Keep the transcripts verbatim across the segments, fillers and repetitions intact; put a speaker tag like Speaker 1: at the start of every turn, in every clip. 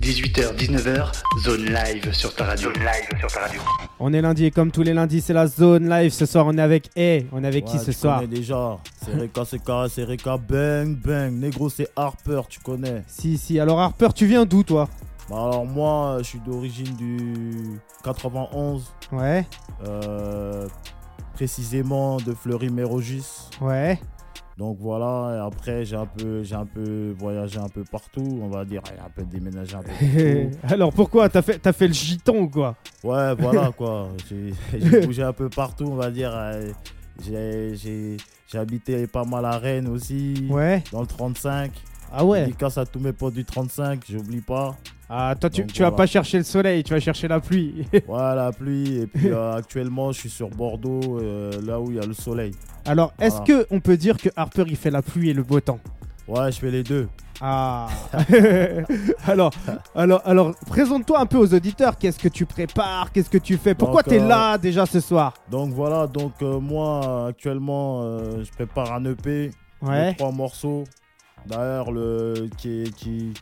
Speaker 1: dix-huit heures dix-neuf heures, zone live sur ta radio. Zone live sur ta radio.
Speaker 2: On est lundi et comme tous les lundis, c'est la zone live. Ce soir, on est avec E. On est avec
Speaker 3: ouais,
Speaker 2: qui ce
Speaker 3: tu
Speaker 2: soir?
Speaker 3: connais déjà. C'est Reka, c'est K, c'est Reka, bang, bang. Négro, c'est Harper, tu connais.
Speaker 2: Si, si. Alors, Harper, tu viens d'où, toi?
Speaker 3: Bah alors, moi, je suis d'origine du quatre-vingt-onze.
Speaker 2: Ouais.
Speaker 3: Euh, précisément de Fleury-Mérogis.
Speaker 2: Ouais.
Speaker 3: Donc voilà, et après j'ai un peu j'ai un peu voyagé un peu partout, on va dire, un peu déménagé un peu partout.
Speaker 2: Alors pourquoi t'as fait t'as fait le giton ou quoi?
Speaker 3: Ouais, voilà quoi. J'ai, j'ai bougé un peu partout, on va dire. J'ai, j'ai, j'ai habité pas mal à Rennes aussi.
Speaker 2: Ouais.
Speaker 3: Dans le trente-cinq.
Speaker 2: Ah ouais.
Speaker 3: Dédicace à tous mes potes du trente-cinq, j'oublie pas.
Speaker 2: Ah, toi, tu,
Speaker 3: Donc,
Speaker 2: tu
Speaker 3: voilà.
Speaker 2: vas pas chercher le soleil, tu vas chercher la pluie.
Speaker 3: Ouais, la pluie. Et puis euh, actuellement, je suis sur Bordeaux, euh, là où il y a le soleil.
Speaker 2: Alors, est-ce
Speaker 3: Voilà.
Speaker 2: qu'on peut dire que Harper, il fait la pluie et le beau temps?
Speaker 3: Ouais, je fais les deux.
Speaker 2: Ah. alors, alors, alors, présente-toi un peu aux auditeurs. Qu'est-ce que tu prépares? Qu'est-ce que tu fais? Pourquoi
Speaker 3: Donc,
Speaker 2: t'es
Speaker 3: euh,
Speaker 2: là déjà ce soir?
Speaker 3: Donc voilà, donc euh, moi actuellement, euh, je prépare un E P
Speaker 2: Ouais.
Speaker 3: de trois morceaux. D'ailleurs, le qui est- qui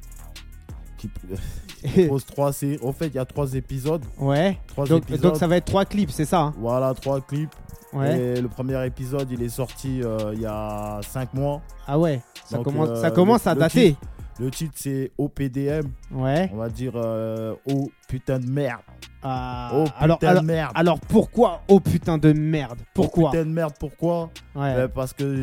Speaker 3: qui, qui pose trois séries. En fait, il y a trois épisodes.
Speaker 2: Ouais.
Speaker 3: Trois
Speaker 2: Donc,
Speaker 3: épisodes.
Speaker 2: donc ça va être trois clips, c'est ça hein?
Speaker 3: Voilà, trois clips.
Speaker 2: Ouais.
Speaker 3: Et le premier épisode, il est sorti euh, il y a cinq mois.
Speaker 2: Ah ouais. Ça
Speaker 3: Donc,
Speaker 2: commence,
Speaker 3: euh,
Speaker 2: ça commence
Speaker 3: le-
Speaker 2: à
Speaker 3: le
Speaker 2: dater.
Speaker 3: titre- Le titre, c'est O P D M.
Speaker 2: Ouais.
Speaker 3: On va dire euh, Oh putain de merde.
Speaker 2: Ah,
Speaker 3: Oh putain
Speaker 2: alors, alors,
Speaker 3: de merde.
Speaker 2: alors pourquoi? Oh putain de merde. Pourquoi?
Speaker 3: Oh putain de merde, pourquoi?
Speaker 2: Ouais.
Speaker 3: Ben, parce que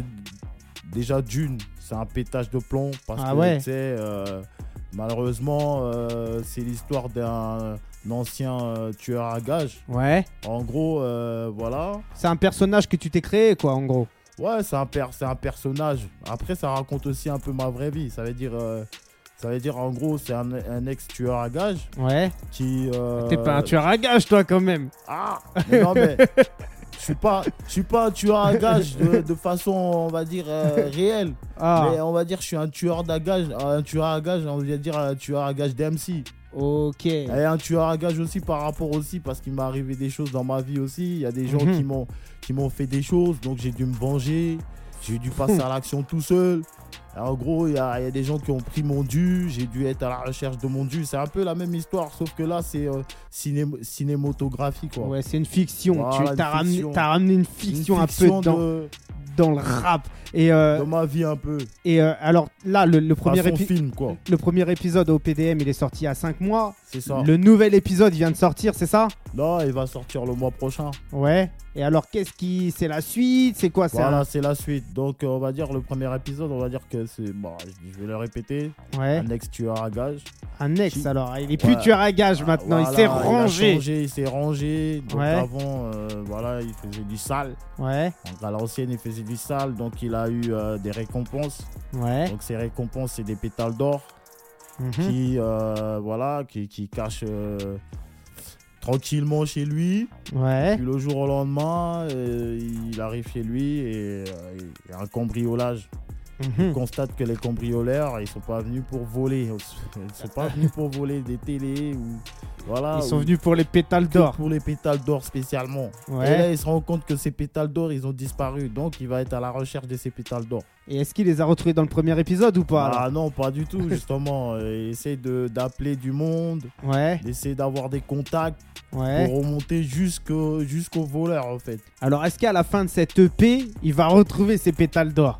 Speaker 3: déjà d'une, c'est un pétage de plomb. Parce
Speaker 2: Ah
Speaker 3: que
Speaker 2: ouais.
Speaker 3: tu sais, euh, malheureusement, euh, c'est l'histoire d'un ancien euh, tueur à gages.
Speaker 2: Ouais.
Speaker 3: En gros, euh, voilà.
Speaker 2: C'est un personnage que tu t'es créé, quoi, en gros.
Speaker 3: Ouais, c'est un, per- c'est un personnage. Après, ça raconte aussi un peu ma vraie vie. Ça veut dire, euh, ça veut dire en gros, c'est un, un ex-tueur à gages
Speaker 2: Ouais.
Speaker 3: qui. euh,
Speaker 2: T'es pas un tueur à gage, toi, quand même.
Speaker 3: Ah, mais non, mais je suis pas, je suis pas un tueur à gages de, de façon, on va dire, euh, réelle.
Speaker 2: Ah.
Speaker 3: Mais on va dire, je suis un tueur à gages, un tueur à gages, on va dire un tueur à gages d'M C.
Speaker 2: Ok.
Speaker 3: Et un tueur à gages aussi par rapport aussi, parce qu'il m'est arrivé des choses dans ma vie aussi. Il y a des gens
Speaker 2: Mhm.
Speaker 3: qui m'ont, qui m'ont fait des choses, donc j'ai dû me venger. J'ai dû passer à l'action tout seul. Et en gros, il y, a il y a des gens qui ont pris mon dû. J'ai dû être à la recherche de mon dû. C'est un peu la même histoire, sauf que là, c'est euh, ciné- cinématographie, quoi.
Speaker 2: Ouais, c'est une fiction.
Speaker 3: Voilà,
Speaker 2: tu
Speaker 3: une
Speaker 2: t'as ramené,
Speaker 3: fiction.
Speaker 2: t'as ramené une
Speaker 3: Une
Speaker 2: fiction,
Speaker 3: fiction
Speaker 2: un peu dans,
Speaker 3: de,
Speaker 2: dans le rap. Et, euh,
Speaker 3: de ma vie un peu.
Speaker 2: et euh, alors là, le, le, premier
Speaker 3: Façon
Speaker 2: épi-
Speaker 3: film, quoi.
Speaker 2: le premier épisode au P D M, il est sorti il y a cinq mois.
Speaker 3: C'est ça.
Speaker 2: Le nouvel épisode, il vient de sortir, c'est ça?
Speaker 3: Là, il va sortir le mois prochain.
Speaker 2: Ouais. Et alors, qu'est-ce qui. C'est la suite? C'est quoi? C'est
Speaker 3: Voilà,
Speaker 2: un-
Speaker 3: c'est la suite. Donc, euh, on va dire le premier épisode, on va dire que c'est. Bon, je je vais le répéter.
Speaker 2: Ouais.
Speaker 3: Un ex-tueur à gages.
Speaker 2: Un ex,
Speaker 3: Qui-
Speaker 2: alors. Il est plus
Speaker 3: Ouais.
Speaker 2: tueur à gage
Speaker 3: Ah,
Speaker 2: maintenant.
Speaker 3: voilà,
Speaker 2: il s'est
Speaker 3: a
Speaker 2: rangé.
Speaker 3: changé, il s'est rangé. Donc,
Speaker 2: Ouais.
Speaker 3: avant, euh, voilà, il faisait du sale.
Speaker 2: Ouais.
Speaker 3: Donc, à l'ancienne, il faisait du sale. Donc, il a eu euh, des récompenses.
Speaker 2: Ouais.
Speaker 3: Donc, ces récompenses, c'est des pétales d'or
Speaker 2: Mhm.
Speaker 3: qui, euh, voilà, qui, qui cachent euh, tranquillement chez lui.
Speaker 2: Ouais.
Speaker 3: Puis le jour au lendemain, euh, il arrive chez lui et euh, il y a un cambriolage.
Speaker 2: Mhm.
Speaker 3: On constate que les cambrioleurs, ils sont pas venus pour voler. Ils sont pas venus pour voler des télés ou voilà.
Speaker 2: Ils sont
Speaker 3: ou
Speaker 2: venus pour les pétales
Speaker 3: que
Speaker 2: d'or.
Speaker 3: pour les pétales d'or spécialement. Et là,
Speaker 2: Ouais.
Speaker 3: il se rend compte que ces pétales d'or, ils ont disparu. Donc, il va être à la recherche de ces pétales d'or.
Speaker 2: Et est-ce qu'il les a retrouvés dans le premier épisode ou pas?
Speaker 3: Ah non, pas du tout, justement. Il essaie de- d'appeler du monde,
Speaker 2: alors Ouais.
Speaker 3: d'essayer d'avoir des contacts
Speaker 2: Ouais.
Speaker 3: pour remonter jusqu'au jusqu'au voleur, en fait.
Speaker 2: Alors, est-ce qu'à la fin de cette E P, il va retrouver ses pétales d'or?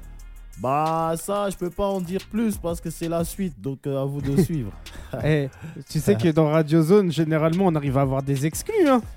Speaker 3: Bah ça, je peux pas en dire plus parce que c'est la suite, donc euh, à vous de suivre.
Speaker 2: Eh, tu sais que dans Radio Zone, généralement, on arrive à avoir des exclus. Hein.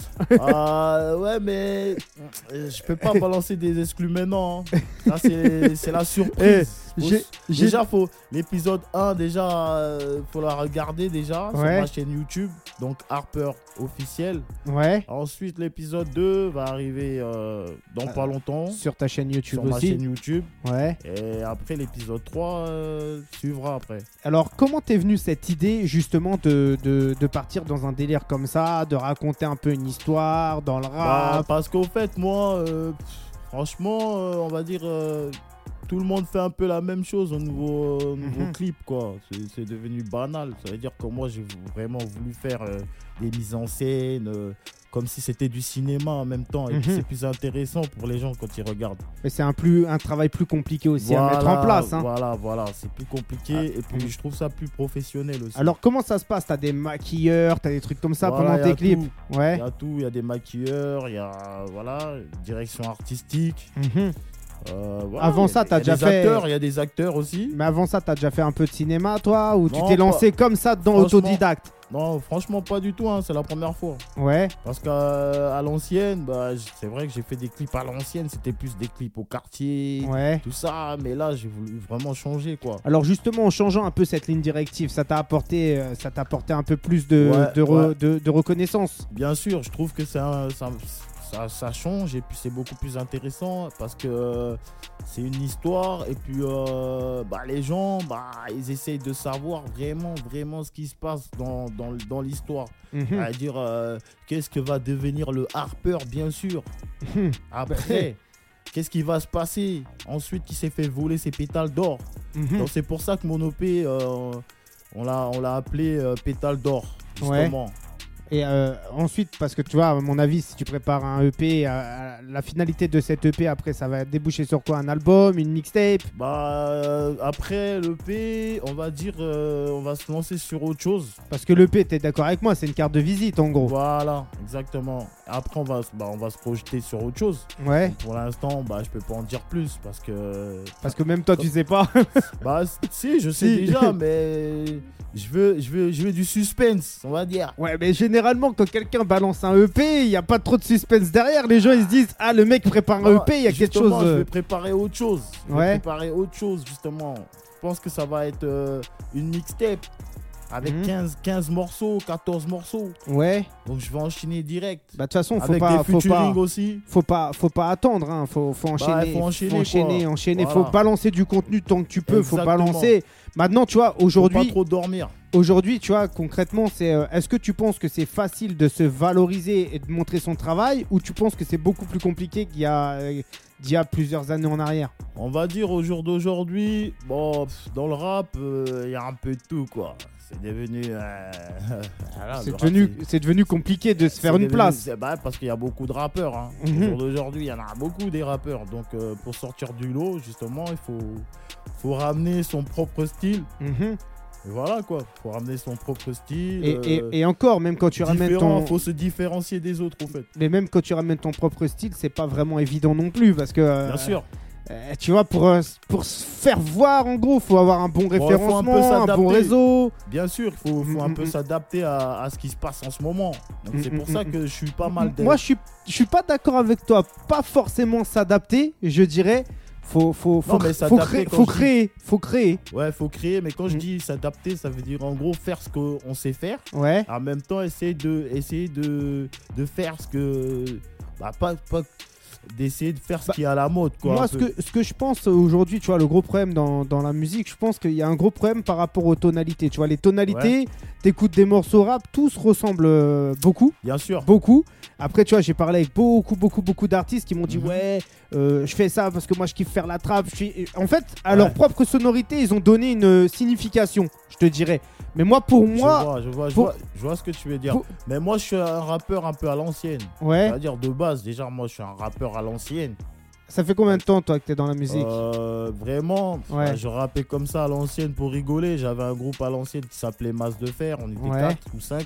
Speaker 3: Ah ouais, mais euh, je peux pas balancer des exclus maintenant. Hein. Ça, c'est c'est la surprise.
Speaker 2: Eh,
Speaker 3: Faut-
Speaker 2: j'ai- j'ai-
Speaker 3: déjà, faut l'épisode un, déjà, euh, faut la regarder déjà sur
Speaker 2: Ouais.
Speaker 3: ma chaîne YouTube, donc Harper officiel.
Speaker 2: Ouais.
Speaker 3: Ensuite, l'épisode deux va arriver euh, dans pas longtemps
Speaker 2: Sur ta chaîne YouTube
Speaker 3: sur ma
Speaker 2: aussi.
Speaker 3: chaîne YouTube.
Speaker 2: Ouais.
Speaker 3: Et après, l'épisode trois euh, suivra après.
Speaker 2: Alors, comment t'es venue cette idée, justement, de, de, de partir dans un délire comme ça, de raconter un peu une histoire dans le
Speaker 3: Bah,
Speaker 2: rap?
Speaker 3: parce qu'au fait, moi, euh, pff, franchement, euh, on va dire, euh, tout le monde fait un peu la même chose au nouveau, au nouveau
Speaker 2: Mhm.
Speaker 3: clip, quoi. C'est, c'est devenu banal. Ça veut dire que moi, j'ai vraiment voulu faire euh, des mises en scène, euh, comme si c'était du cinéma en même temps. Et puis,
Speaker 2: Mhm.
Speaker 3: c'est plus intéressant pour les gens quand ils regardent.
Speaker 2: Mais c'est un, plus, un travail plus compliqué aussi à
Speaker 3: Voilà,
Speaker 2: mettre en place. Hein.
Speaker 3: Voilà, voilà. C'est plus compliqué.
Speaker 2: Ah.
Speaker 3: Et puis,
Speaker 2: Mhm.
Speaker 3: je trouve ça plus professionnel aussi.
Speaker 2: Alors, comment ça se passe? T'as des maquilleurs, t'as des trucs comme ça
Speaker 3: Voilà,
Speaker 2: pendant
Speaker 3: y a
Speaker 2: tes clips?
Speaker 3: tout. Il
Speaker 2: Ouais.
Speaker 3: y a tout. Il y a des maquilleurs, il y a voilà, direction artistique.
Speaker 2: Mhm.
Speaker 3: Euh, voilà,
Speaker 2: Avant
Speaker 3: y a
Speaker 2: ça,
Speaker 3: des-
Speaker 2: t'as
Speaker 3: y a
Speaker 2: déjà
Speaker 3: des
Speaker 2: fait-
Speaker 3: acteurs, il y a des acteurs aussi.
Speaker 2: Mais avant ça, t'as déjà fait un peu de cinéma, toi? Ou tu
Speaker 3: Non,
Speaker 2: t'es
Speaker 3: pas-
Speaker 2: lancé comme ça dans
Speaker 3: Franchement-
Speaker 2: autodidacte?
Speaker 3: Non, franchement, pas du tout. Hein, c'est la première fois.
Speaker 2: Ouais.
Speaker 3: Parce qu'à à l'ancienne, bah, j- c'est vrai que j'ai fait des clips à l'ancienne. C'était plus des clips au quartier,
Speaker 2: Ouais.
Speaker 3: tout ça. Mais là, j'ai voulu vraiment changer, quoi.
Speaker 2: Alors justement, en changeant un peu cette ligne directive, ça t'a apporté, euh, ça t'a apporté un peu plus de,
Speaker 3: Ouais,
Speaker 2: de, re-
Speaker 3: ouais.
Speaker 2: de- de reconnaissance.
Speaker 3: Bien sûr, je trouve que c'est un- ça, ça, ça change et puis c'est beaucoup plus intéressant parce que euh, c'est une histoire et puis euh, bah, les gens, bah, ils essayent de savoir vraiment, vraiment ce qui se passe dans, dans, dans l'histoire.
Speaker 2: Mhm.
Speaker 3: C'est-à-dire, euh, qu'est-ce que va devenir le Harper, bien sûr.
Speaker 2: Mhm.
Speaker 3: Après, qu'est-ce qui va se passer ensuite qui s'est fait voler ses pétales d'or.
Speaker 2: Mhm.
Speaker 3: Donc c'est pour ça que mon O P, euh, on l'a on l'a appelé euh, pétale d'or, justement.
Speaker 2: Et euh, ensuite, parce que tu vois, à mon avis, si tu prépares un E P, euh, la finalité de cet E P, après, ça va déboucher sur quoi? Un album, une mixtape?
Speaker 3: Bah euh, après l'E P, on va dire, euh, on va se lancer sur autre chose.
Speaker 2: Parce que l'E P, t'es d'accord avec moi, c'est une carte de visite en gros.
Speaker 3: Voilà, exactement. Après on va, se- bah, on va se projeter sur autre chose.
Speaker 2: Ouais.
Speaker 3: Pour l'instant, bah je peux pas en dire plus parce que
Speaker 2: Parce que même toi, tu sais pas.
Speaker 3: bah si, je sais
Speaker 2: Si.
Speaker 3: déjà, mais je veux, je veux, je veux du suspense, on va dire.
Speaker 2: Ouais, mais généralement, quand quelqu'un balance un E P, il n'y a pas trop de suspense derrière. Les gens, ils se disent, ah, le mec prépare un
Speaker 3: Non,
Speaker 2: E P, il y a quelque
Speaker 3: justement,
Speaker 2: chose.
Speaker 3: Je
Speaker 2: euh,
Speaker 3: vais préparer autre chose. Je vais
Speaker 2: Ouais.
Speaker 3: préparer autre chose, justement. Je pense que ça va être euh, une mixtape avec
Speaker 2: Mhm.
Speaker 3: quinze, quinze morceaux, quatorze morceaux.
Speaker 2: Ouais.
Speaker 3: Donc je vais enchaîner direct.
Speaker 2: Bah, de toute façon, faut
Speaker 3: avec
Speaker 2: pas,
Speaker 3: des
Speaker 2: faut pas,
Speaker 3: featuring aussi.
Speaker 2: faut pas, faut pas attendre. Hein. Faut, faut enchaîner,
Speaker 3: faut enchaîner,
Speaker 2: faut enchaîner,
Speaker 3: quoi.
Speaker 2: enchaîner.
Speaker 3: Voilà.
Speaker 2: Faut balancer du contenu tant que tu peux. Faut
Speaker 3: Exactement.
Speaker 2: balancer. Maintenant, tu vois,
Speaker 3: Faut pas
Speaker 2: aujourd'hui,
Speaker 3: trop dormir.
Speaker 2: aujourd'hui, tu vois, concrètement, c'est. euh, est-ce que tu penses que c'est facile de se valoriser et de montrer son travail, ou tu penses que c'est beaucoup plus compliqué qu'il y a, euh, d'il y a plusieurs années en arrière?
Speaker 3: On va dire au jour d'aujourd'hui, bon, pff, dans le rap, il y a un peu de tout, quoi. C'est devenu. euh, voilà,
Speaker 2: C'est
Speaker 3: le rap,
Speaker 2: devenu,
Speaker 3: c'est-
Speaker 2: c'est devenu compliqué de se faire
Speaker 3: c'est
Speaker 2: une
Speaker 3: devenu-
Speaker 2: place.
Speaker 3: c'est- bah, parce qu'il y a beaucoup de rappeurs. Hein.
Speaker 2: Mhm.
Speaker 3: Au jour d'aujourd'hui, il y en a beaucoup des rappeurs. Donc, euh, pour sortir du lot, justement, il faut, faut ramener son propre style.
Speaker 2: Mhm.
Speaker 3: Et voilà, quoi. Il faut ramener son propre style.
Speaker 2: Et, et-
Speaker 3: euh,
Speaker 2: et encore, même quand tu ramènes
Speaker 3: différent.
Speaker 2: ton,
Speaker 3: faut se différencier des autres, en fait.
Speaker 2: mais même quand tu ramènes ton propre style, c'est pas vraiment évident non plus, parce que. euh,
Speaker 3: Bien sûr.
Speaker 2: euh, tu vois, pour, euh, pour se faire voir, en gros, faut avoir un bon
Speaker 3: il faut un peu
Speaker 2: référencement, un bon
Speaker 3: s'adapter.
Speaker 2: réseau.
Speaker 3: Bien sûr, il faut, faut un
Speaker 2: Mm,
Speaker 3: peu
Speaker 2: mm,
Speaker 3: s'adapter à, à ce qui se passe en ce moment. Donc, c'est
Speaker 2: Mm,
Speaker 3: pour
Speaker 2: mm,
Speaker 3: ça
Speaker 2: mm,
Speaker 3: que je suis pas mal de.
Speaker 2: Moi, je suis, je suis pas d'accord avec toi. Pas forcément s'adapter, je dirais. Faut, faut, faut,
Speaker 3: Non, mais
Speaker 2: faut,
Speaker 3: s'adapter,
Speaker 2: créer,
Speaker 3: quand
Speaker 2: faut
Speaker 3: je dis-
Speaker 2: créer, faut créer.
Speaker 3: Ouais, faut créer. Mais quand je
Speaker 2: Mm.
Speaker 3: dis s'adapter, ça veut dire en gros faire ce qu'on sait faire.
Speaker 2: Ouais.
Speaker 3: En même temps, essayer de, essayer de, de faire ce que. Bah, pas. pas d'essayer de faire ce
Speaker 2: Bah,
Speaker 3: qui est à la mode, quoi.
Speaker 2: Moi,
Speaker 3: un
Speaker 2: ce
Speaker 3: peu.
Speaker 2: que, ce que je pense aujourd'hui, tu vois, le gros problème dans, dans la musique, je pense qu'il y a un gros problème par rapport aux tonalités. Tu vois, les tonalités, t'écoutes des morceaux rap, tous ressemblent euh, beaucoup.
Speaker 3: Bien sûr.
Speaker 2: Beaucoup. Après, tu vois, j'ai parlé avec beaucoup, beaucoup, beaucoup d'artistes qui m'ont dit
Speaker 3: Mhm.
Speaker 2: ouais, euh, je fais ça parce que moi je kiffe faire la trappe. Je suis... En fait, à
Speaker 3: Ouais.
Speaker 2: leur propre sonorité, ils ont donné une euh, signification, je te dirais. Mais moi, pour
Speaker 3: Je
Speaker 2: moi,
Speaker 3: vois, je vois, je
Speaker 2: pour-
Speaker 3: vois, je vois ce que tu veux dire.
Speaker 2: pour-
Speaker 3: Mais moi, je suis un rappeur un peu à l'ancienne.
Speaker 2: ouais.
Speaker 3: C'est-à-dire, de base, déjà, moi, je suis un rappeur à l'ancienne.
Speaker 2: Ça fait combien de temps, toi, que t'es dans la musique?
Speaker 3: Euh, vraiment,
Speaker 2: Ouais.
Speaker 3: bah, je rappais comme ça à l'ancienne pour rigoler. J'avais un groupe à l'ancienne qui s'appelait Masse de Fer. On était
Speaker 2: Ouais.
Speaker 3: quatre ou cinq.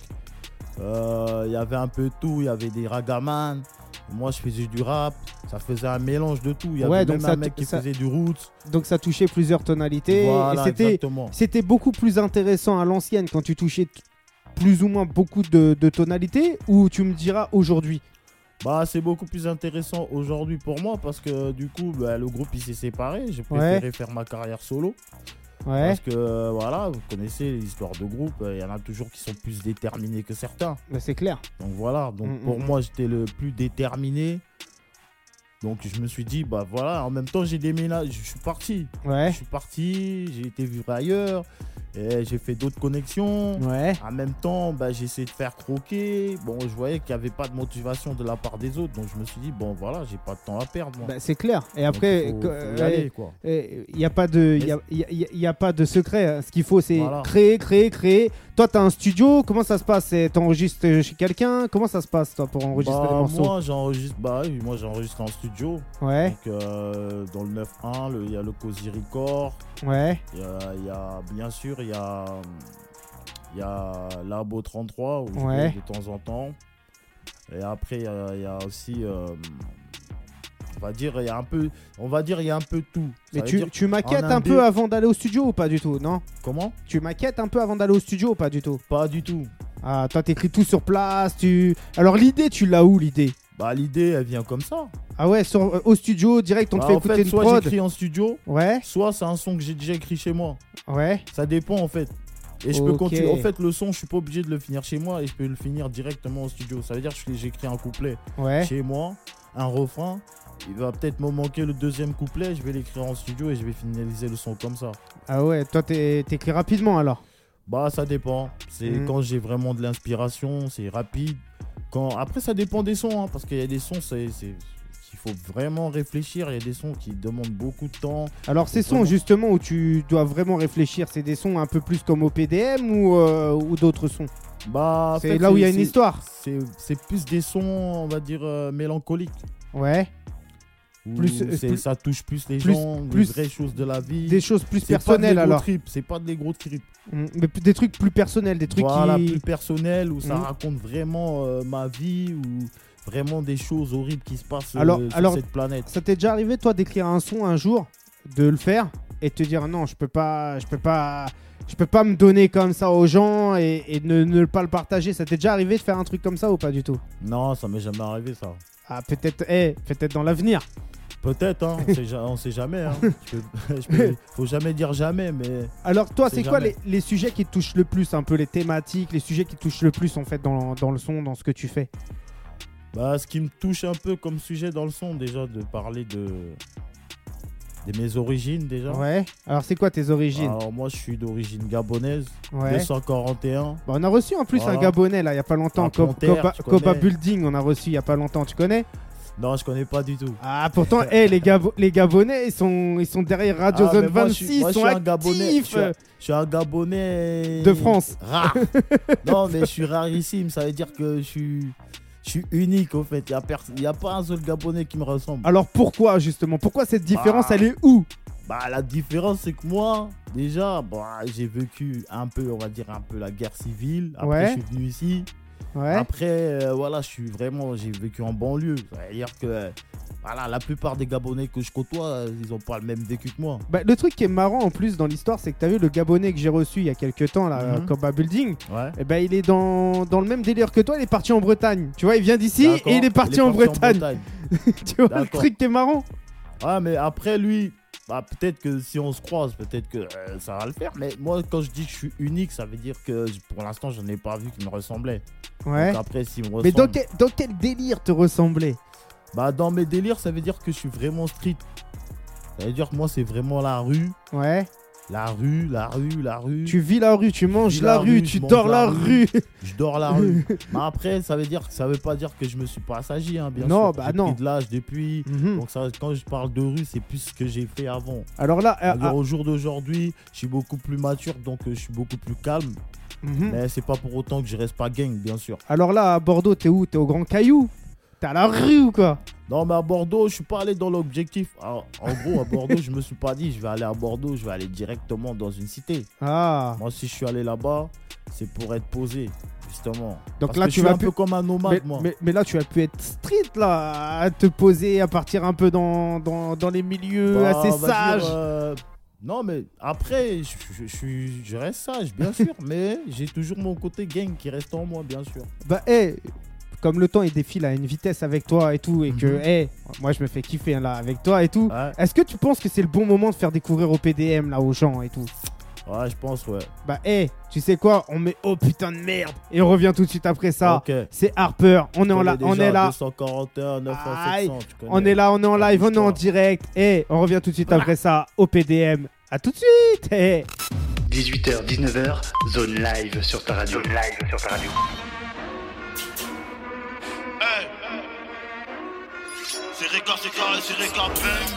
Speaker 3: Il y avait un peu de tout. Il y avait des ragaman. Moi, je faisais du rap. Ça faisait un mélange de tout. Il y avait
Speaker 2: Ouais,
Speaker 3: même
Speaker 2: donc ça
Speaker 3: un
Speaker 2: te-
Speaker 3: mec qui
Speaker 2: ça-
Speaker 3: faisait du roots.
Speaker 2: Donc ça touchait plusieurs tonalités.
Speaker 3: Voilà,
Speaker 2: et c'était,
Speaker 3: exactement.
Speaker 2: c'était beaucoup plus intéressant à l'ancienne quand tu touchais t- plus ou moins beaucoup de, de tonalités, ou tu me diras aujourd'hui?
Speaker 3: Bah, c'est beaucoup plus intéressant aujourd'hui pour moi parce que du coup, bah, le groupe il s'est séparé. J'ai préféré faire ma carrière solo.
Speaker 2: Ouais.
Speaker 3: Parce que euh, voilà, vous connaissez les histoires de groupe, il y en a toujours qui sont plus déterminés que certains.
Speaker 2: Bah, c'est clair.
Speaker 3: Donc voilà, donc
Speaker 2: Mm,
Speaker 3: pour
Speaker 2: mm,
Speaker 3: moi j'étais le plus déterminé. Donc je me suis dit, bah voilà, en même temps j'ai déménagé, je suis parti.
Speaker 2: Ouais.
Speaker 3: Je suis parti, j'ai été vivre ailleurs. Et j'ai fait d'autres connexions.
Speaker 2: Ouais.
Speaker 3: En même temps, bah, j'ai essayé de faire croquer. Bon, je voyais qu'il n'y avait pas de motivation de la part des autres. Donc, je me suis dit, bon, voilà, j'ai pas de temps à perdre. Moi.
Speaker 2: Bah, c'est clair. Et après,
Speaker 3: Donc, il faut,
Speaker 2: euh,
Speaker 3: faut y aller, quoi.
Speaker 2: il n'y a pas de, il y a, il y a- il y a pas de secret. Ce qu'il faut, c'est
Speaker 3: Voilà.
Speaker 2: créer, créer, créer. Toi, tu as un studio. Comment ça se passe? Tu enregistres chez quelqu'un? Comment ça se passe, toi, pour enregistrer
Speaker 3: Bah,
Speaker 2: les morceaux?
Speaker 3: moi, j'enregistre, bah, oui, moi, j'enregistre en studio.
Speaker 2: Ouais,
Speaker 3: Donc, euh, dans le neuf un, le- il y a le Cozy Record.
Speaker 2: ouais,
Speaker 3: Il y a, il y a, bien sûr, il y a, il y a Labo trente-trois où je
Speaker 2: Ouais.
Speaker 3: vais de temps en temps. Et après, il y a, il y a aussi, euh, on va dire, il y a un peu, on va dire, il y a un peu de tout. Ça
Speaker 2: mais
Speaker 3: veut
Speaker 2: tu,
Speaker 3: dire-
Speaker 2: tu maquettes
Speaker 3: en
Speaker 2: un
Speaker 3: indé-
Speaker 2: peu avant d'aller au studio ou pas du tout? Non?
Speaker 3: Comment?
Speaker 2: Tu maquettes un peu avant d'aller au studio ou pas du tout?
Speaker 3: Pas du tout.
Speaker 2: Ah, toi, t'écris tout sur place. Tu... Alors, l'idée, tu l'as où, l'idée?
Speaker 3: Bah, l'idée, elle vient comme ça.
Speaker 2: Ah ouais, sur, euh, au studio, direct, on te
Speaker 3: Bah,
Speaker 2: fait
Speaker 3: en
Speaker 2: écouter
Speaker 3: fait,
Speaker 2: une
Speaker 3: soit
Speaker 2: prod.
Speaker 3: j'écris en studio,
Speaker 2: Ouais,
Speaker 3: soit c'est un son que j'ai déjà écrit chez moi.
Speaker 2: ouais.
Speaker 3: Ça dépend en fait. Et je peux
Speaker 2: Ok.
Speaker 3: continuer. En fait, le son, je suis pas obligé de le finir chez moi et je peux le finir directement au studio. Ça veut dire que j'écris un couplet
Speaker 2: Ouais.
Speaker 3: chez moi, un refrain. Il va peut-être me manquer le deuxième couplet. Je vais l'écrire en studio et je vais finaliser le son comme ça.
Speaker 2: Ah ouais, toi, t'es- t'écris rapidement alors.
Speaker 3: Bah, ça dépend. C'est
Speaker 2: Mhm.
Speaker 3: quand j'ai vraiment de l'inspiration, c'est rapide. Quand... Après, ça dépend des sons, hein, parce qu'il y a des sons, c'est. c'est- il faut vraiment réfléchir. Il y a des sons qui demandent beaucoup de temps.
Speaker 2: Alors, ces sons
Speaker 3: Vraiment.
Speaker 2: justement où tu dois vraiment réfléchir, c'est des sons un peu plus comme au P D M ou, euh, ou d'autres sons?
Speaker 3: Bah, en
Speaker 2: C'est
Speaker 3: fait,
Speaker 2: là où il y a une
Speaker 3: c'est-
Speaker 2: histoire.
Speaker 3: C'est c'est plus des sons, on va dire, euh, mélancoliques.
Speaker 2: Ouais.
Speaker 3: Où
Speaker 2: Plus, euh,
Speaker 3: c'est-
Speaker 2: plus-
Speaker 3: ça touche plus les
Speaker 2: plus-
Speaker 3: gens,
Speaker 2: plus-
Speaker 3: les vraies choses de la vie.
Speaker 2: Des choses plus
Speaker 3: C'est pas
Speaker 2: personnelles
Speaker 3: des gros
Speaker 2: alors.
Speaker 3: trips, c'est pas des gros trips.
Speaker 2: Mm, Mais p- des trucs plus personnels, des trucs
Speaker 3: Voilà,
Speaker 2: qui.
Speaker 3: plus personnel, où ça
Speaker 2: Mhm.
Speaker 3: raconte vraiment euh, ma vie, ou vraiment des choses horribles qui se passent euh,
Speaker 2: Alors-
Speaker 3: sur
Speaker 2: alors-
Speaker 3: cette planète.
Speaker 2: Ça t'est déjà arrivé, toi, d'écrire un son un jour, de le faire et de te dire non, je peux pas, je peux pas, je peux pas me donner comme ça aux gens et, et ne, ne pas le partager. Ça t'est déjà arrivé de faire un truc comme ça ou pas du tout?
Speaker 3: Non, ça m'est jamais arrivé ça.
Speaker 2: Ah, peut-être, eh, peut-être dans l'avenir.
Speaker 3: Peut-être, hein, on, sait, ja- on sait jamais. Hein. Je peux- je peux- faut jamais dire jamais, mais
Speaker 2: Alors toi,
Speaker 3: C'est
Speaker 2: c'est quoi les,
Speaker 3: jamais.
Speaker 2: les sujets qui te touchent le plus, un peu les thématiques, les sujets qui te touchent le plus en fait dans, dans le son, dans ce que tu fais?
Speaker 3: bah, ce qui me touche un peu comme sujet dans le son, déjà, de parler de, de mes origines, déjà.
Speaker 2: Ouais. Alors c'est quoi tes origines?
Speaker 3: Alors, moi, je suis d'origine gabonaise,
Speaker 2: Ouais.
Speaker 3: deux cent quarante et un.
Speaker 2: Bah, on a reçu en plus
Speaker 3: Voilà.
Speaker 2: un Gabonais là, il y a pas longtemps.
Speaker 3: Un
Speaker 2: Co-
Speaker 3: Pontaire,
Speaker 2: Copa,
Speaker 3: tu
Speaker 2: Copa
Speaker 3: connais.
Speaker 2: Building, on a reçu il y a pas longtemps. Tu connais?
Speaker 3: Non, je connais pas du tout.
Speaker 2: Ah pourtant, eh, les, Gabo- les Gabonais, ils sont, ils sont derrière Radio
Speaker 3: Ah,
Speaker 2: Zone
Speaker 3: mais moi, je suis-
Speaker 2: vingt-six,
Speaker 3: moi,
Speaker 2: ils
Speaker 3: je
Speaker 2: sont
Speaker 3: suis un Gabonais, je
Speaker 2: actifs.
Speaker 3: suis un- Je suis un Gabonais.
Speaker 2: De France.
Speaker 3: Rare. Non, mais je suis rarissime. Ça veut dire que je suis, je suis unique, au fait. Il n'y a, pers- y a pas un seul Gabonais qui me ressemble.
Speaker 2: Alors pourquoi justement? Pourquoi cette différence,
Speaker 3: Bah.
Speaker 2: elle est où?
Speaker 3: Bah, la différence, c'est que moi, déjà, bah, j'ai vécu un peu, on va dire, un peu la guerre civile. Après,
Speaker 2: Ouais.
Speaker 3: je suis venu ici.
Speaker 2: Ouais.
Speaker 3: Après, euh, voilà, je suis vraiment, j'ai vécu en banlieue. Ça veut dire que, euh, voilà, la plupart des Gabonais que je côtoie, euh, ils ont pas le même vécu que moi.
Speaker 2: Bah, le truc qui est marrant en plus dans l'histoire, c'est que t'as vu le Gabonais que j'ai reçu il y a quelques temps là,
Speaker 3: Mhm.
Speaker 2: à Copa Building.
Speaker 3: Ouais.
Speaker 2: Et ben il est dans, dans le même délire que toi, il est parti en Bretagne. Tu vois, il vient d'ici
Speaker 3: D'accord.
Speaker 2: et il est parti, en, Bretagne.
Speaker 3: Bretagne.
Speaker 2: Tu vois le
Speaker 3: D'accord.
Speaker 2: truc qui est marrant?
Speaker 3: Ouais, mais après, lui, bah, peut-être que si on se croise, peut-être que euh, ça va le faire. Mais moi, quand je dis que je suis unique, ça veut dire que j- pour l'instant, je n'ai pas vu qu'il me ressemblait.
Speaker 2: Ouais.
Speaker 3: Donc après, s'il me ressemble.
Speaker 2: Mais dans quel, dans quel délire te ressemblait?
Speaker 3: Bah, dans mes délires, ça veut dire que je suis vraiment street. Ça veut dire que moi, c'est vraiment la rue.
Speaker 2: Ouais.
Speaker 3: La rue, la rue, la rue.
Speaker 2: Tu vis la rue, tu manges
Speaker 3: vis
Speaker 2: la,
Speaker 3: la
Speaker 2: rue,
Speaker 3: rue,
Speaker 2: tu
Speaker 3: je mange
Speaker 2: dors
Speaker 3: la
Speaker 2: la
Speaker 3: rue.
Speaker 2: rue.
Speaker 3: Je dors la rue. Mais après, ça veut dire, ça veut pas dire que je me suis pas assagi, hein, bien
Speaker 2: Non,
Speaker 3: sûr.
Speaker 2: bah
Speaker 3: J'ai
Speaker 2: non.
Speaker 3: pris de l'âge depuis.
Speaker 2: Mhm.
Speaker 3: Donc ça, quand je parle de rue, c'est plus ce que j'ai fait avant.
Speaker 2: Alors là, euh,
Speaker 3: C'est-à-dire,
Speaker 2: ah,
Speaker 3: au jour d'aujourd'hui, je suis beaucoup plus mature, donc euh, je suis beaucoup plus calme.
Speaker 2: mhm.
Speaker 3: Mais c'est pas pour autant que je reste pas gang, bien sûr.
Speaker 2: alors là, à Bordeaux, t'es où? T'es au Grand Caillou? T'es à la rue ou quoi?
Speaker 3: Non, mais à Bordeaux, je suis pas allé dans l'objectif. Alors, en gros, à Bordeaux, je me suis pas dit, je vais aller à Bordeaux, je vais aller directement dans une cité.
Speaker 2: Ah.
Speaker 3: Moi, si je suis allé là-bas, c'est pour être posé, justement.
Speaker 2: Donc
Speaker 3: Parce
Speaker 2: là,
Speaker 3: que
Speaker 2: tu
Speaker 3: je suis
Speaker 2: vas
Speaker 3: un
Speaker 2: plus-
Speaker 3: peu comme un nomade,
Speaker 2: Mais,
Speaker 3: moi.
Speaker 2: mais- mais là, tu as pu être street là, à te poser, à partir un peu dans, dans, dans les milieux
Speaker 3: Bah,
Speaker 2: assez
Speaker 3: on va
Speaker 2: sages.
Speaker 3: dire, euh, Non, mais après, je, je, je suis- je reste sage, bien sûr. Mais j'ai toujours mon côté gang qui reste en moi, bien sûr.
Speaker 2: Bah, hé, comme le temps il défile à une vitesse avec toi et tout, et que,
Speaker 3: Mhm.
Speaker 2: hé, moi je me fais kiffer hein, là avec toi et tout.
Speaker 3: Ouais,
Speaker 2: Est-ce que tu penses que c'est le bon moment de faire découvrir au P D M là aux gens et tout?
Speaker 3: ouais, je pense, ouais.
Speaker 2: Bah, hé, tu sais quoi? On met oh putain de merde et on revient tout de suite après ça.
Speaker 3: Ok.
Speaker 2: C'est Harper, on est, en la-
Speaker 3: connais
Speaker 2: on
Speaker 3: déjà
Speaker 2: est là.
Speaker 3: deux cent quarante et un, neuf cents,
Speaker 2: Aïe.
Speaker 3: sept cents, tu connais.
Speaker 2: On est là, on est en
Speaker 3: La
Speaker 2: live, on est en
Speaker 3: histoire.
Speaker 2: direct. Et on revient tout de suite après ça au P D M. À tout de suite. Eh.
Speaker 1: dix-huit heures dix-neuf heures, zone live sur ta radio. Zone live sur ta radio.
Speaker 4: Hey. C'est Reka, c'est carré, c'est Reka, bang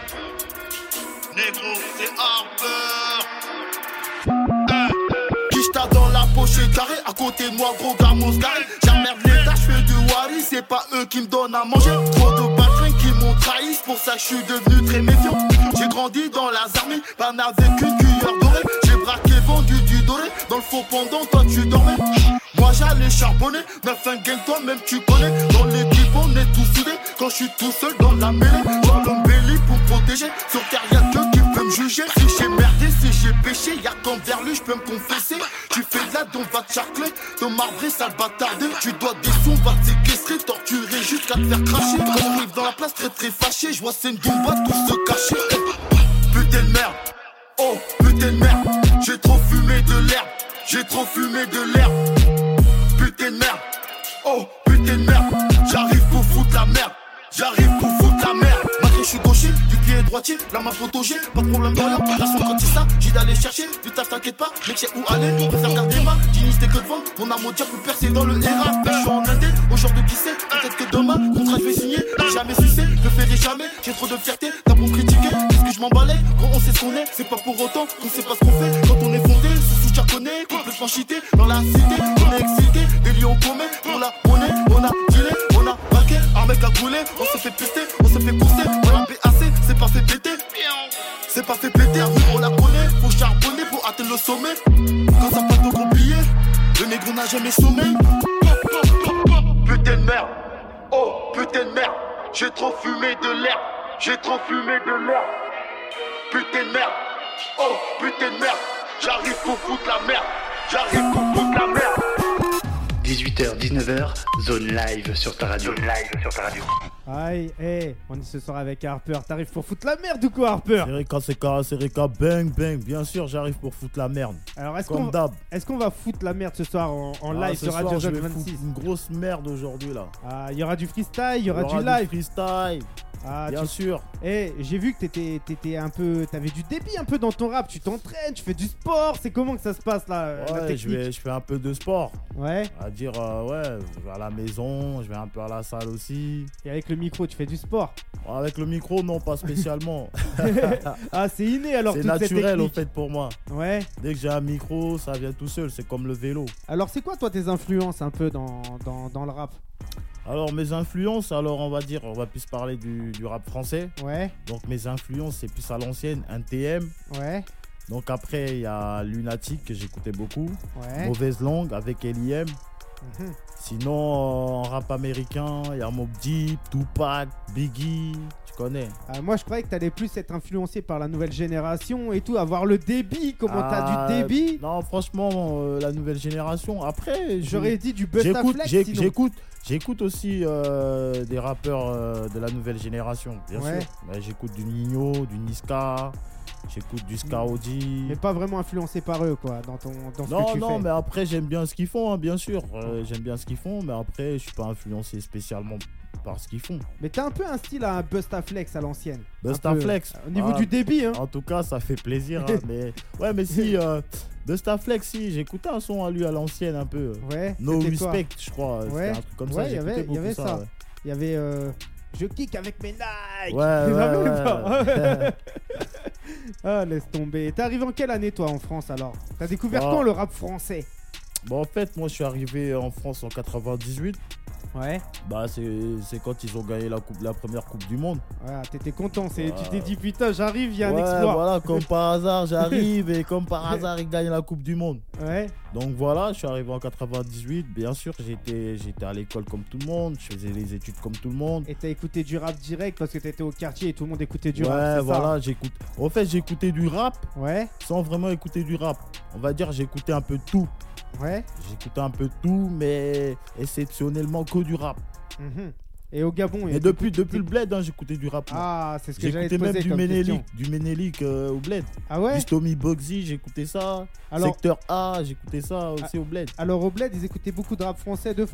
Speaker 4: bang. Négro, c'est Harper. Hey. Kishta dans la poche carré, à côté de moi gros gamos carré. J'emmerde les tâches, j'fais du wari, c'est pas eux qui me donnent à manger. Trop de patrons qui m'ont trahi, c'est pour ça que je suis devenu très méfiant. J'ai grandi dans la armée, pas avec une cuillère dorée. J'ai braqué, vendu du doré, dans le faux pendant toi tu dormais. Moi j'allais charbonner, neuf un gang toi même tu connais. Dans l'équipe on est tous soudés, quand je suis tout seul dans la mêlée. Dans l'embellie pour me protéger, sur terre y'a que qui peut me juger. Si j'ai merdé, si j'ai péché, y'a qu'envers lui je peux me confesser. Tu fais de la don, va te charcler, te marbrer, sale bâtardé. Tu dois des sons, va te séquestrer, torturer jusqu'à te faire cracher. On arrive dans la place très très fâché, je vois c'est une bomba, tous se cacher. Putain de merde, oh putain de merde, j'ai trop fumé de l'herbe, j'ai trop fumé de l'herbe. Putain de merde, oh putain de merde, j'arrive pour foutre la merde, j'arrive pour foutre la merde. Malgré je suis gaucher, du pied droitier, la main protégée, pas de problème dans la la son quand il ça, j'ai d'aller chercher, du taf t'inquiète pas, mec j'ai où aller, on préfère garder ma dignité que de vendre, mon amour diable peut percer dans le R A P. Je suis en indé, au genre de qui sait, peut-être que demain, contrat je vais signer, j'ai jamais sucé, je le ferai jamais, j'ai trop de fierté, t'as pour me critiquer, qu'est-ce que je m'emballais, quand on sait ce qu'on est, c'est pas pour autant qu'on sait pas ce qu'on fait, quand on est fondé, sous sous japonais, complètement cheaté, dans la cité, on est excité, des lions communs, pour la monnaie, on a dealé, on a braqué, un mec a coulé, on se fait péter, on se fait pousser, on a B A C, c'est pas fait péter, c'est pas fait péter, on la connaît, faut charbonner pour atteindre le sommet, quand ça pas tout compliqué, le négro n'a jamais sommeil. Putain de merde, oh putain de merde, j'ai trop fumé de l'herbe, j'ai trop fumé de l'herbe. Putain de merde, oh putain de merde, j'arrive pour foutre la merde, j'arrive pour foutre la merde.
Speaker 1: dix-huit heures dix-neuf heures, zone live sur ta radio. Zone live sur ta radio.
Speaker 2: Aïe, hey, on est ce soir avec Harper. T'arrives pour foutre la merde ou quoi, Harper?
Speaker 3: C'est Reka, c'est carré, c'est Reka, bang bang. Bien sûr, j'arrive pour foutre la merde.
Speaker 2: Alors, est-ce
Speaker 3: Comme
Speaker 2: qu'on
Speaker 3: d'hab.
Speaker 2: est-ce qu'on va foutre la merde ce soir en, en
Speaker 3: Ah,
Speaker 2: live
Speaker 3: ce
Speaker 2: sur Radio
Speaker 3: soir, je
Speaker 2: Zone
Speaker 3: vais
Speaker 2: vingt-six?
Speaker 3: foutre une grosse merde aujourd'hui là.
Speaker 2: Ah, il y aura du freestyle, il y aura,
Speaker 3: Il y aura
Speaker 2: du live.
Speaker 3: freestyle,
Speaker 2: Ah,
Speaker 3: bien
Speaker 2: tu...
Speaker 3: sûr.
Speaker 2: Eh, j'ai vu que t'étais, t'étais un peu, t'avais du débit un peu dans ton rap. Tu t'entraînes, tu fais du sport. C'est comment que ça se passe là, la
Speaker 3: Ouais,
Speaker 2: technique?
Speaker 3: je, vais, je fais un peu de sport.
Speaker 2: Ouais.
Speaker 3: À dire, euh, ouais, je vais à la maison, je vais un peu à la salle aussi.
Speaker 2: Et avec le micro, tu fais du sport.
Speaker 3: Avec le micro, non, pas spécialement.
Speaker 2: Ah, c'est inné alors.
Speaker 3: C'est
Speaker 2: toute cette
Speaker 3: naturel au
Speaker 2: technique.
Speaker 3: fait pour moi.
Speaker 2: Ouais.
Speaker 3: Dès que j'ai un micro, ça vient tout seul. C'est comme le vélo.
Speaker 2: Alors, c'est quoi toi tes influences un peu dans, dans, dans le rap?
Speaker 3: Alors mes influences, alors on va dire, on va plus parler du, du rap français.
Speaker 2: Ouais.
Speaker 3: Donc mes influences, c'est plus à l'ancienne, N T M.
Speaker 2: Ouais.
Speaker 3: Donc après, il y a Lunatic que j'écoutais beaucoup.
Speaker 2: Ouais.
Speaker 3: Mauvaise langue avec L I M.
Speaker 2: Mhm.
Speaker 3: Sinon, en rap américain, il y a Mobb Deep, Tupac, Biggie, tu connais.
Speaker 2: Ah, moi, je croyais que t'allais plus être influencé par la nouvelle génération et tout, avoir le débit. Comment
Speaker 3: Ah,
Speaker 2: t'as du débit?
Speaker 3: Non, franchement, euh, la nouvelle génération. Après, je-
Speaker 2: J'aurais dit du Busta
Speaker 3: j'écoute,
Speaker 2: Flex.
Speaker 3: j'ai-
Speaker 2: sinon.
Speaker 3: j'écoute, j'écoute aussi euh, des rappeurs euh, de la nouvelle génération, bien
Speaker 2: Ouais.
Speaker 3: sûr. Mais j'écoute du Nino, du Niska, j'écoute du Ska O D.
Speaker 2: Mais pas vraiment influencé par eux, quoi, dans, ton, dans ce
Speaker 3: Non,
Speaker 2: que tu
Speaker 3: non,
Speaker 2: fais.
Speaker 3: mais après j'aime bien ce qu'ils font, hein, bien sûr. Euh, j'aime bien ce qu'ils font, mais après je suis pas influencé spécialement par ce qu'ils font.
Speaker 2: Mais t'as un peu un style à un Busta Flex à l'ancienne.
Speaker 3: Busta
Speaker 2: Un peu,
Speaker 3: Flex.
Speaker 2: Au niveau
Speaker 3: Ah,
Speaker 2: du débit, hein.
Speaker 3: En tout cas, ça fait plaisir. hein, mais ouais, mais si euh, Busta Flex, si j'écoutais un son à lui à l'ancienne un peu.
Speaker 2: Ouais.
Speaker 3: No
Speaker 2: c'était quoi?
Speaker 3: Respect, je crois.
Speaker 2: Ouais.
Speaker 3: C'était un truc comme
Speaker 2: Ouais,
Speaker 3: ça.
Speaker 2: il y
Speaker 3: j'écoutais
Speaker 2: avait- il y
Speaker 3: beaucoup
Speaker 2: avait ça.
Speaker 3: ouais.
Speaker 2: Il y avait. euh, Je kick avec mes Nike.
Speaker 3: Ouais,
Speaker 2: Tu te
Speaker 3: ouais,
Speaker 2: rappelles
Speaker 3: ouais.
Speaker 2: pas Ah, laisse tomber. T'es arrivé en quelle année, toi, en France, alors? T'as découvert
Speaker 3: Bah.
Speaker 2: quand le rap français?
Speaker 3: Bon, en fait, moi, je suis arrivé en France en quatre-vingt-dix-huit.
Speaker 2: Ouais.
Speaker 3: Bah, c'est c'est quand ils ont gagné la, coupe, la première Coupe du Monde.
Speaker 2: Ouais, t'étais content. C'est...
Speaker 3: Ouais.
Speaker 2: Tu t'es dit, putain, j'arrive, il y a un
Speaker 3: ouais,
Speaker 2: exploit.
Speaker 3: voilà, comme par hasard, j'arrive et comme par hasard, ils gagnent la Coupe du Monde.
Speaker 2: Ouais.
Speaker 3: Donc voilà, je suis arrivé en quatre-vingt-dix-huit. Bien sûr, j'étais j'étais à l'école comme tout le monde. Je faisais les études comme tout le monde.
Speaker 2: Et t'as écouté du rap direct parce que t'étais au quartier et tout le monde écoutait du
Speaker 3: ouais,
Speaker 2: rap. c'est
Speaker 3: voilà, j'écoute. En fait, j'écoutais du rap
Speaker 2: ça? Ouais.
Speaker 3: sans vraiment écouter du rap. On va dire, j'écoutais un peu de tout.
Speaker 2: Ouais.
Speaker 3: J'écoutais un peu de tout, mais exceptionnellement que du rap.
Speaker 2: Mhm. Et au Gabon.
Speaker 3: Et depuis, depuis le bled, hein, j'écoutais du rap. moi.
Speaker 2: Ah, c'est ce que j'allais te
Speaker 3: J'écoutais
Speaker 2: poser
Speaker 3: même du
Speaker 2: comme
Speaker 3: Ménélique,
Speaker 2: question.
Speaker 3: du Ménélique euh, au bled.
Speaker 2: Ah ouais.
Speaker 3: Du Tommy Bugsy, j'écoutais ça.
Speaker 2: Alors,
Speaker 3: Secteur A, j'écoutais ça aussi au bled.
Speaker 2: alors au bled, ils écoutaient beaucoup de rap français de France.